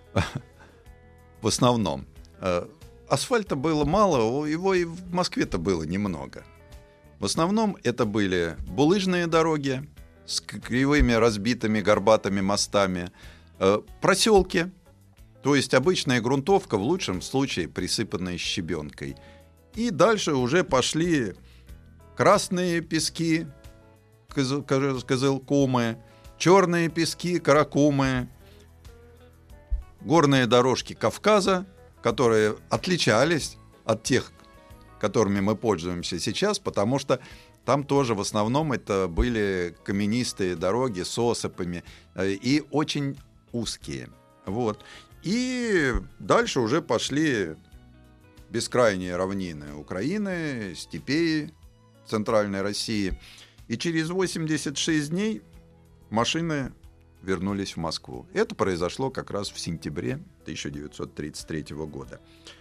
[SPEAKER 2] в основном. Асфальта было мало, его и в Москве-то было немного. В основном это были булыжные дороги с кривыми, разбитыми, горбатыми мостами, проселки, то есть обычная грунтовка, в лучшем случае присыпанная щебенкой. И дальше уже пошли красные пески, Кызылкумы, черные пески, Каракумы, горные дорожки Кавказа, которые отличались от тех, которыми мы пользуемся сейчас, потому что там тоже в основном это были каменистые дороги с осыпами и очень узкие. Вот. И дальше уже пошли бескрайние равнины Украины, степей Центральной России. И через 86 дней машины вернулись в Москву. Это произошло как раз в сентябре 1933 года.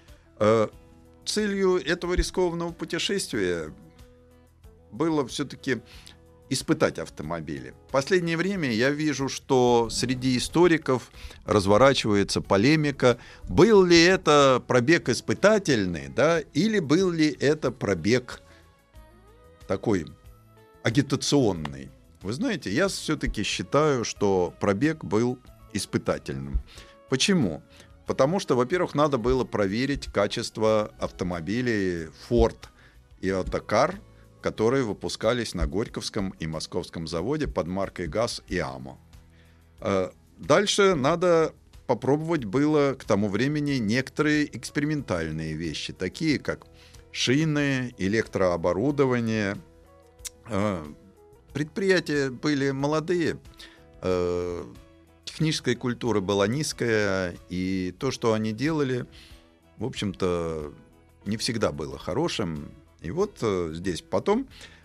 [SPEAKER 2] Целью этого рискованного путешествия было все-таки испытать автомобили. В последнее время я вижу, что среди историков разворачивается полемика, был ли это пробег испытательный, да, или был ли это пробег такой агитационный. Вы знаете, я все-таки считаю, что пробег был испытательным. Почему? Потому что, во-первых, надо было проверить качество автомобилей Ford и Otokar, которые выпускались на Горьковском и Московском заводе под маркой ГАЗ и АМО. Дальше надо попробовать было к тому времени некоторые экспериментальные вещи, такие как шины, электрооборудование. Предприятия были молодые, техническая культура была низкая, и то, что они делали, в общем-то, не всегда было хорошим. И вот здесь потом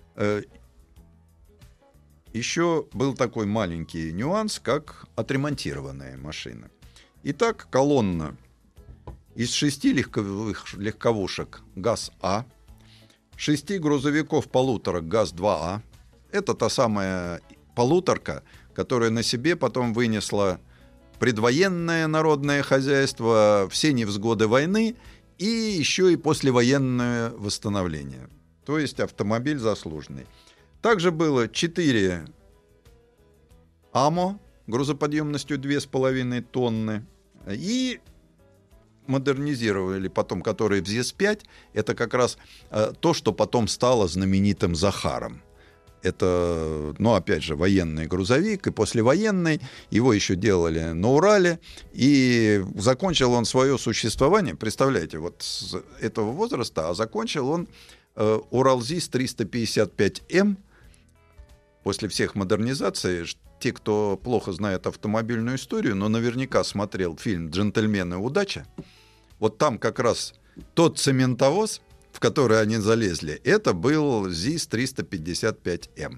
[SPEAKER 2] еще был такой маленький нюанс, как отремонтированная машина. Итак, колонна из 6 легковушек ГАЗ-А, 6 грузовиков-полуторок ГАЗ-2А. Это та самая полуторка, которая на себе потом вынесла предвоенное народное хозяйство, все невзгоды войны и еще и послевоенное восстановление. То есть автомобиль заслуженный. Также было 4 АМО грузоподъемностью 2,5 тонны и модернизировали потом, которые в ЗИС-5. Это как раз то, что потом стало знаменитым Захаром. Это, ну, опять же, военный грузовик, и послевоенный. Его еще делали на Урале. И закончил он свое существование, представляете, вот с этого возраста, а закончил он Урал-ЗИС 355М. После всех модернизаций, те, кто плохо знает автомобильную историю, но наверняка смотрел фильм «Джентльмены, удача», вот там как раз тот цементовоз, в который они залезли, это был ЗИС 355М.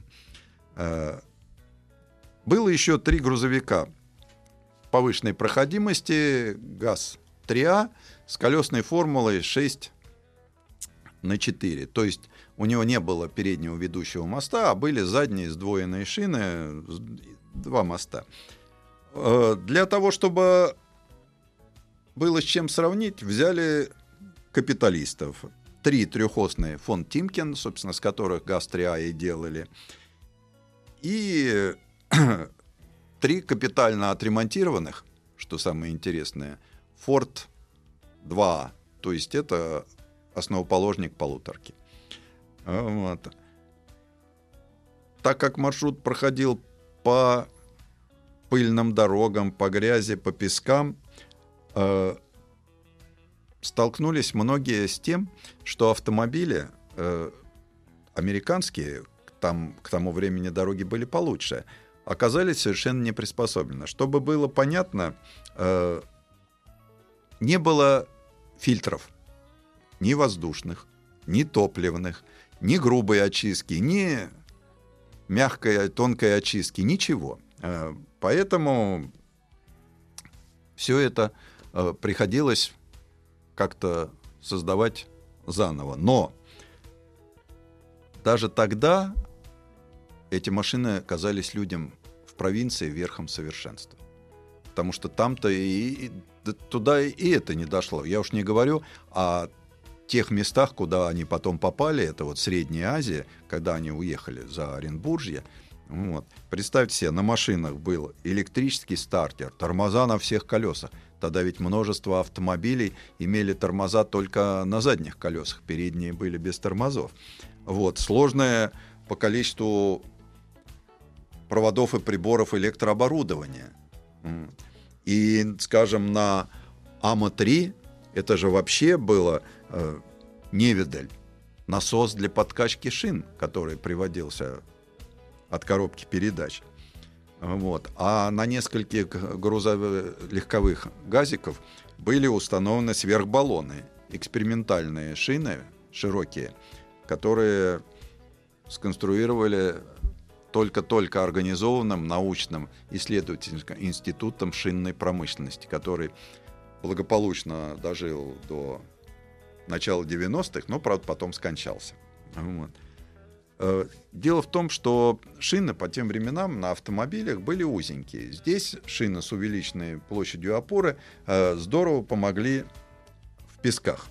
[SPEAKER 2] Было еще 3 грузовика повышенной проходимости ГАЗ-3А с колесной формулой 6/4. То есть у него не было переднего ведущего моста, а были задние сдвоенные шины, 2 моста. Для того, чтобы было с чем сравнить, взяли капиталистов. 3 трехосные фон Тимкин, собственно, с которых ГАЗ-3А и делали. И 3 3 капитально отремонтированных, что самое интересное, Ford 2, то есть это основоположник полуторки. Вот. Так как маршрут проходил по пыльным дорогам, по грязи, по пескам, столкнулись многие с тем, что автомобили американские, там к тому времени дороги были получше, оказались совершенно не приспособлены. Чтобы было понятно, не было фильтров ни воздушных, ни топливных, ни грубой очистки, ни мягкой, тонкой очистки, ничего. Поэтому все это приходилось как-то создавать заново. Но даже тогда эти машины казались людям в провинции верхом совершенства. Потому что там-то туда и это не дошло. Я уж не говорю о тех местах, куда они потом попали, это вот Средняя Азия, когда они уехали за Оренбуржье. Вот. Представьте себе, на машинах был электрический стартер, тормоза на всех колесах. Тогда ведь множество автомобилей имели тормоза только на задних колесах, передние были без тормозов. Вот. Сложное по количеству проводов и приборов электрооборудования. И, скажем, на АМА-3 это же вообще было невидаль. Насос для подкачки шин, который приводился от коробки передач. Вот. А на нескольких легковых газиков были установлены сверхбаллоны, экспериментальные шины широкие, которые сконструировали только-только организованным научным исследовательским институтом шинной промышленности, который благополучно дожил до начала 90-х, но, правда, потом скончался. Вот. Дело в том, что шины по тем временам на автомобилях были узенькие. Здесь шины с увеличенной площадью опоры здорово помогли в песках.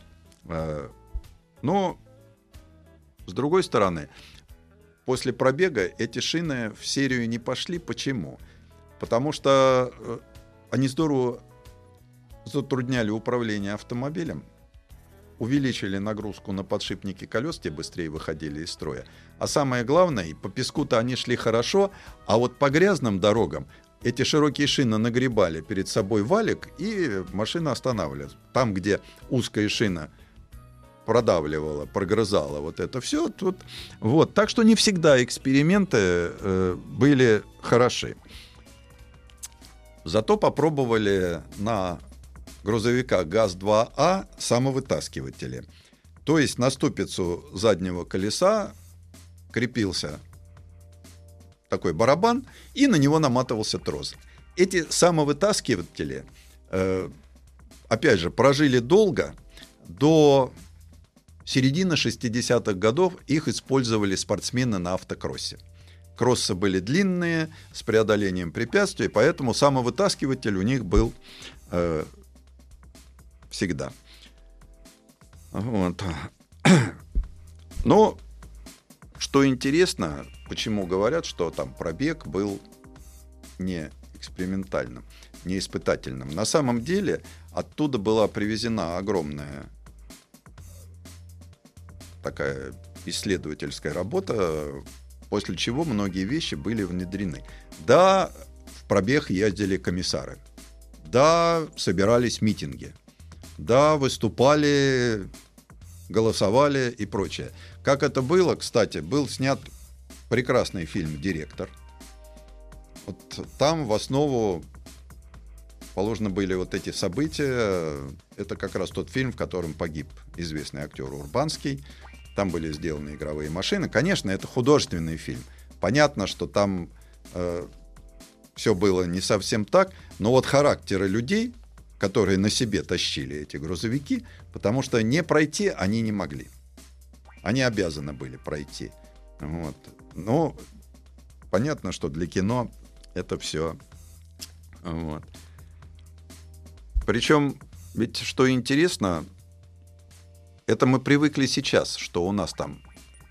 [SPEAKER 2] Но, с другой стороны, после пробега эти шины в серию не пошли. Почему? Потому что они здорово затрудняли управление автомобилем, увеличили нагрузку на подшипники колес, те быстрее выходили из строя. А самое главное, по песку-то они шли хорошо, а вот по грязным дорогам эти широкие шины нагребали перед собой валик, и машина останавливалась. Там, где узкая шина продавливала, прогрызала вот это все. Тут, вот. Так что не всегда эксперименты были хороши. Зато попробовали на грузовиках ГАЗ-2А самовытаскиватели. То есть на ступицу заднего колеса крепился такой барабан, и на него наматывался трос. Эти самовытаскиватели, опять же, прожили долго. До середины 60-х годов их использовали спортсмены на автокроссе. Кроссы были длинные, с преодолением препятствий, поэтому самовытаскиватель у них был всегда. Вот. Но, что интересно, почему говорят, что там пробег был не экспериментальным, не испытательным. На самом деле оттуда была привезена огромная такая исследовательская работа, после чего многие вещи были внедрены. Да, в пробег ездили комиссары. Да, собирались митинги. Да, выступали, голосовали и прочее. Как это было, кстати, был снят прекрасный фильм «Директор». Вот там в основу положены были вот эти события. Это как раз тот фильм, в котором погиб известный актер Урбанский. Там были сделаны игровые машины. Конечно, это художественный фильм. Понятно, что там все было не совсем так, но вот характеры людей, которые на себе тащили эти грузовики, потому что не пройти они не могли. Они обязаны были пройти. Вот. Но понятно, что для кино это все. Вот. Причем, ведь что интересно, это мы привыкли сейчас, что у нас там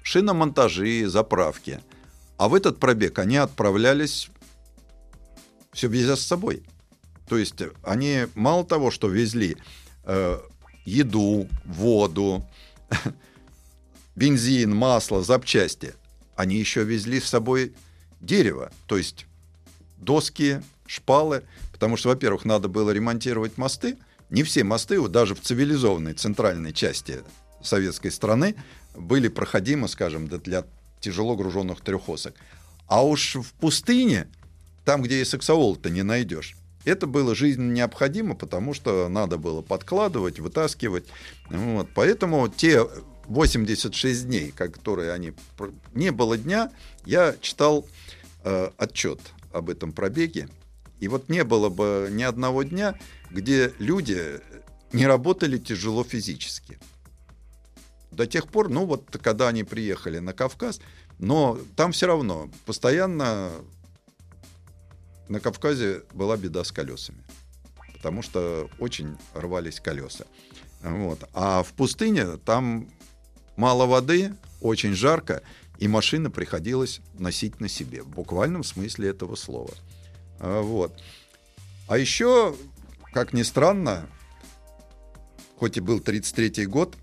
[SPEAKER 2] шиномонтажи, заправки. А в этот пробег они отправлялись все везя с собой. То есть они мало того, что везли еду, воду, бензин, масло, запчасти, они еще везли с собой дерево, то есть доски, шпалы, потому что, во-первых, надо было ремонтировать мосты. Не все мосты, даже в цивилизованной центральной части советской страны, были проходимы, скажем, для тяжело груженных трехосок. А уж в пустыне, там, где и саксовол-то не найдешь, это было жизненно необходимо, потому что надо было подкладывать, вытаскивать. Вот. Поэтому те 86 дней, которые они... Не было дня, я читал отчет об этом пробеге. И вот не было бы ни одного дня, где люди не работали тяжело физически. До тех пор, когда они приехали на Кавказ, но там все равно постоянно на Кавказе была беда с колесами, потому что очень рвались колеса. Вот. А в пустыне там мало воды, очень жарко, и машины приходилось носить на себе, в буквальном смысле этого слова. Вот. А еще, как ни странно, хоть и был 1933 год,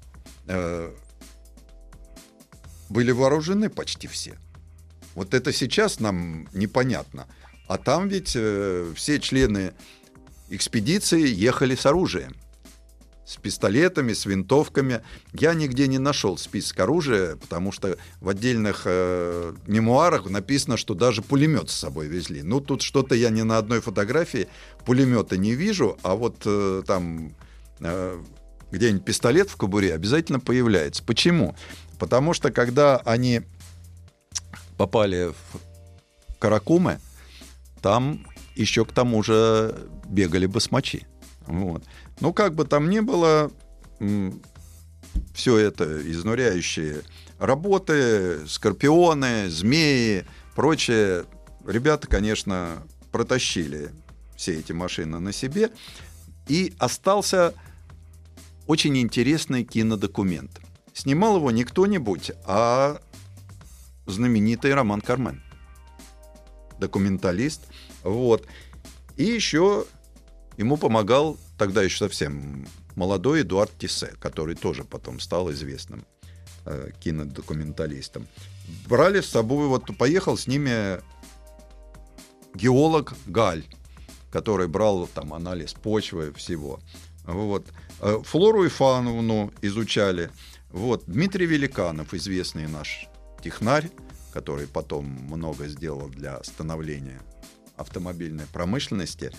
[SPEAKER 2] были вооружены почти все. Вот это сейчас нам непонятно. А там ведь все члены экспедиции ехали с оружием. С пистолетами, с винтовками. Я нигде не нашел список оружия, потому что в отдельных мемуарах написано, что даже пулемет с собой везли. Тут что-то я ни на одной фотографии пулемета не вижу, а вот там где-нибудь пистолет в кобуре обязательно появляется. Почему? Потому что когда они попали в Каракумы, там еще к тому же бегали басмачи. Вот. Как бы там ни было, все это изнуряющие работы, скорпионы, змеи, прочее, ребята, конечно, протащили все эти машины на себе, и остался очень интересный кинодокумент. Снимал его не кто-нибудь, а знаменитый Роман Кармен, документалист. Вот. И еще ему помогал тогда еще совсем молодой Эдуард Тиссе, который тоже потом стал известным кинодокументалистом. Брали с собой, поехал с ними геолог Галь, который брал там анализ почвы, всего. Вот. Флору и фауну изучали. Вот. Дмитрий Великанов, известный наш технарь, который потом много сделал для становления автомобильной промышленности,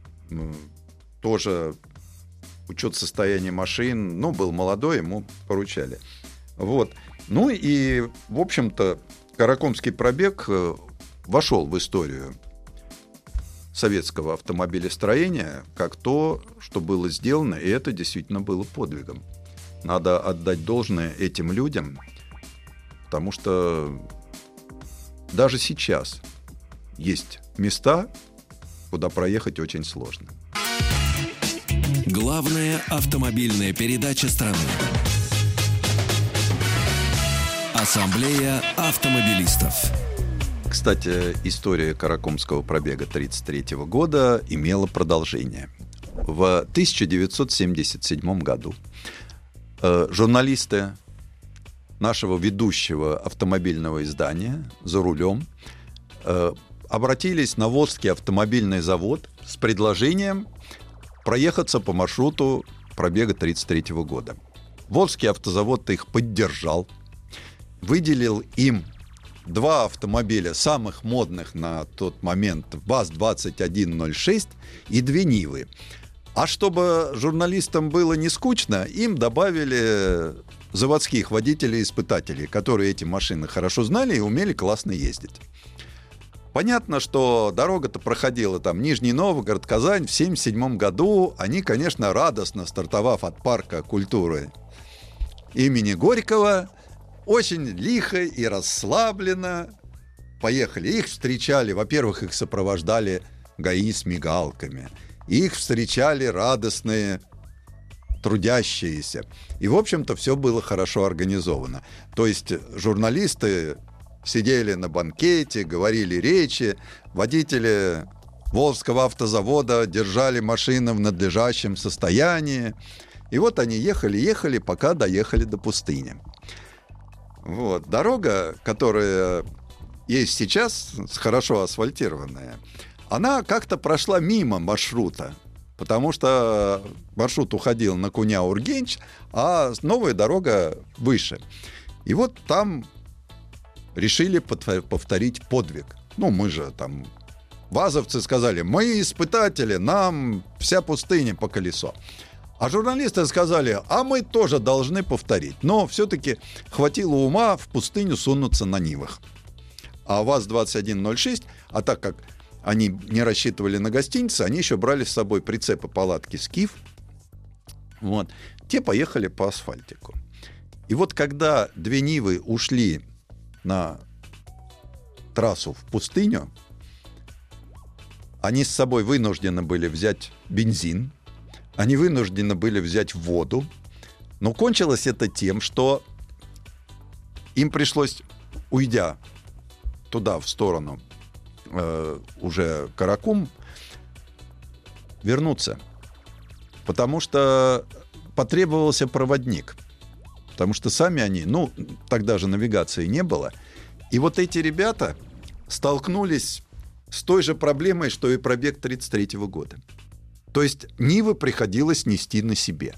[SPEAKER 2] тоже учет состояния машин, был молодой, ему поручали. Вот. И, в общем-то, Каракумский пробег вошел в историю советского автомобилестроения как то, что было сделано, и это действительно было подвигом. Надо отдать должное этим людям, потому что даже сейчас есть места, куда проехать очень сложно.
[SPEAKER 1] Главная автомобильная передача страны. Ассамблея автомобилистов.
[SPEAKER 2] Кстати, история Каракумского пробега 1933 года имела продолжение. В 1977 году журналисты нашего ведущего автомобильного издания «За рулем» обратились на Волжский автомобильный завод с предложением проехаться по маршруту пробега 1933 года. Волжский автозавод их поддержал, выделил им 2 автомобиля самых модных на тот момент ВАЗ-2106 и 2 Нивы. А чтобы журналистам было не скучно, им добавили заводских водителей-испытателей, которые эти машины хорошо знали и умели классно ездить. Понятно, что дорога-то проходила там Нижний Новгород, Казань. В 1977 году они, конечно, радостно стартовав от парка культуры имени Горького, очень лихо и расслабленно поехали. Их встречали, во-первых, их сопровождали ГАИ с мигалками. Их встречали радостные трудящиеся. И, в общем-то, все было хорошо организовано. То есть журналисты сидели на банкете, говорили речи, водители Волжского автозавода держали машины в надлежащем состоянии. И вот они ехали, пока доехали до пустыни. Вот. Дорога, которая есть сейчас, хорошо асфальтированная, она как-то прошла мимо маршрута, потому что маршрут уходил на Куняу-Ургенч, а новая дорога выше. И вот там решили повторить подвиг. Ну, мы же там, вазовцы сказали, мы испытатели, нам вся пустыня по колесо. А журналисты сказали, а мы тоже должны повторить. Но все-таки хватило ума в пустыню сунуться на Нивах. А ВАЗ-2106, а так как они не рассчитывали на гостиницы, они еще брали с собой прицепы палатки «Скиф». Вот. Те поехали по асфальтику. И вот когда две Нивы ушли на трассу в пустыню, они с собой вынуждены были взять бензин, они вынуждены были взять воду, но кончилось это тем, что им пришлось, уйдя туда, в сторону уже Каракум, вернуться, потому что потребовался проводник, потому что сами они, ну, тогда же навигации не было, и вот эти ребята столкнулись с той же проблемой, что и пробег 1933 года. То есть Нивы приходилось нести на себе.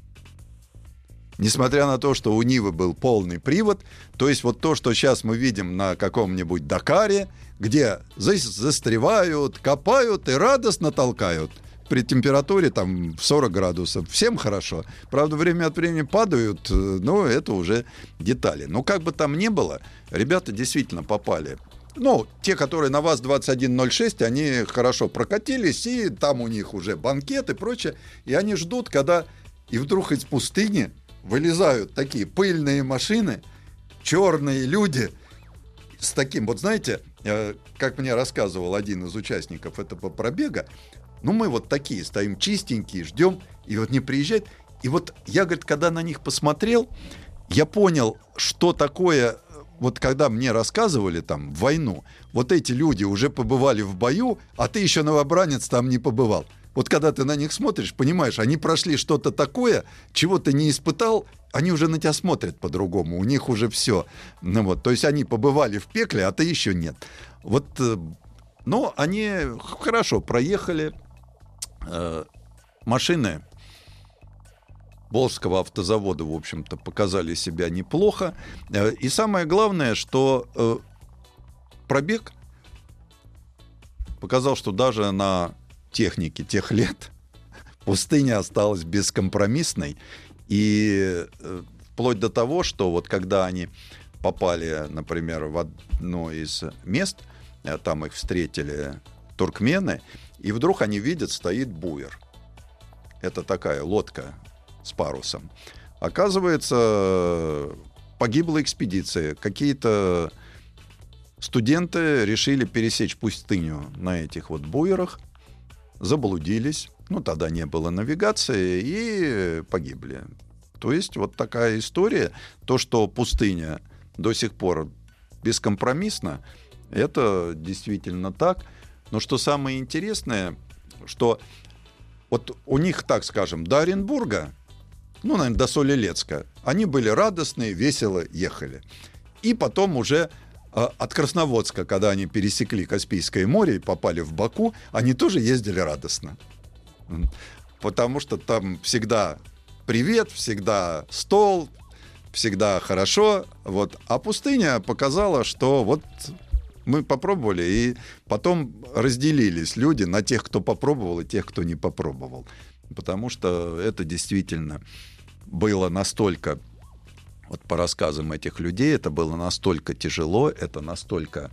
[SPEAKER 2] Несмотря на то, что у Нивы был полный привод, то есть вот то, что сейчас мы видим на каком-нибудь Дакаре, где застревают, копают и радостно толкают при температуре там в 40 градусов. Всем хорошо. Правда, время от времени падают, но это уже детали. Но как бы там ни было, ребята действительно попали. Ну, те, которые на ВАЗ-2106, они хорошо прокатились, и там у них уже банкет и прочее. И они ждут, когда и вдруг из пустыни вылезают такие пыльные машины, черные люди с таким, вот знаете, как мне рассказывал один из участников этого пробега, ну, мы вот такие стоим чистенькие, ждем, и вот не приезжает. И вот я, говорит, когда на них посмотрел, я понял, что такое, вот когда мне рассказывали там войну, вот эти люди уже побывали в бою, а ты еще новобранец там не побывал. Вот когда ты на них смотришь, понимаешь, они прошли что-то такое, чего ты не испытал, они уже на тебя смотрят по-другому, у них уже все. Ну, вот, то есть они побывали в пекле, а ты еще нет. Вот, но они хорошо проехали. Машины Волжского автозавода, в общем-то, показали себя неплохо. И самое главное, что пробег показал, что даже на технике тех лет пустыня осталась бескомпромиссной. И вплоть до того, что вот когда они попали, например, в одно из мест, там их встретили туркмены, и вдруг они видят, стоит буер. Это такая лодка с парусом. Оказывается, погибла экспедиция. Какие-то студенты решили пересечь пустыню на этих вот буерах, заблудились, ну, тогда не было навигации, и погибли. То есть вот такая история. То, что пустыня до сих пор бескомпромиссна, это действительно так. Но что самое интересное, что вот у них, так скажем, до Оренбурга, ну, наверное, до Соль-Илецка, они были радостные, весело ехали. И потом уже от Красноводска, когда они пересекли Каспийское море и попали в Баку, они тоже ездили радостно. Потому что там всегда привет, всегда стол, всегда хорошо. Вот. А пустыня показала, что вот мы попробовали, и потом разделились люди на тех, кто попробовал, и тех, кто не попробовал. Потому что это действительно было настолько, вот по рассказам этих людей, это было настолько тяжело, это настолько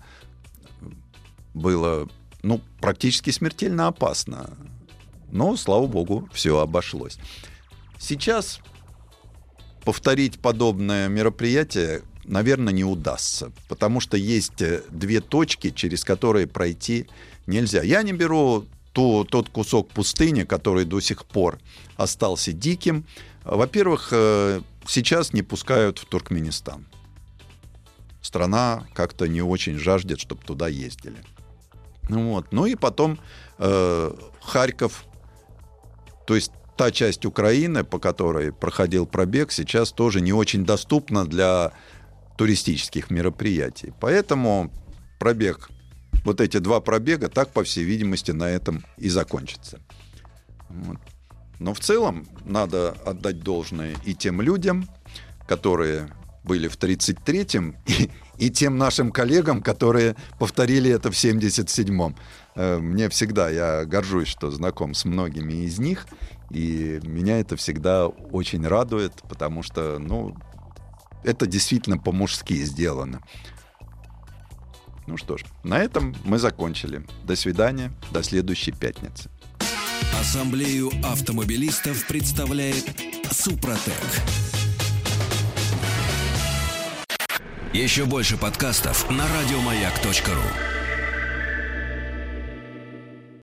[SPEAKER 2] было, ну, практически смертельно опасно. Но, слава богу, все обошлось. Сейчас повторить подобное мероприятие, наверное, не удастся, потому что есть две точки, через которые пройти нельзя. Я не беру тот кусок пустыни, который до сих пор остался диким. Во-первых, сейчас не пускают в Туркменистан. Страна как-то не очень жаждет, чтобы туда ездили. Вот. Ну и потом Харьков, то есть та часть Украины, по которой проходил пробег, сейчас тоже не очень доступна для туристических мероприятий. Поэтому пробег, вот эти 2 пробега, так, по всей видимости, на этом и закончатся. Вот. Но в целом надо отдать должное и тем людям, которые были в 1933-м, и тем нашим коллегам, которые повторили это в 1977-м. Мне всегда, я горжусь, что знаком с многими из них, и меня это всегда очень радует, потому что, это действительно по-мужски сделано. Ну что ж, на этом мы закончили. До свидания, до следующей пятницы.
[SPEAKER 1] Ассамблею автомобилистов представляет Супротек. Еще больше подкастов на радиомаяк.ру.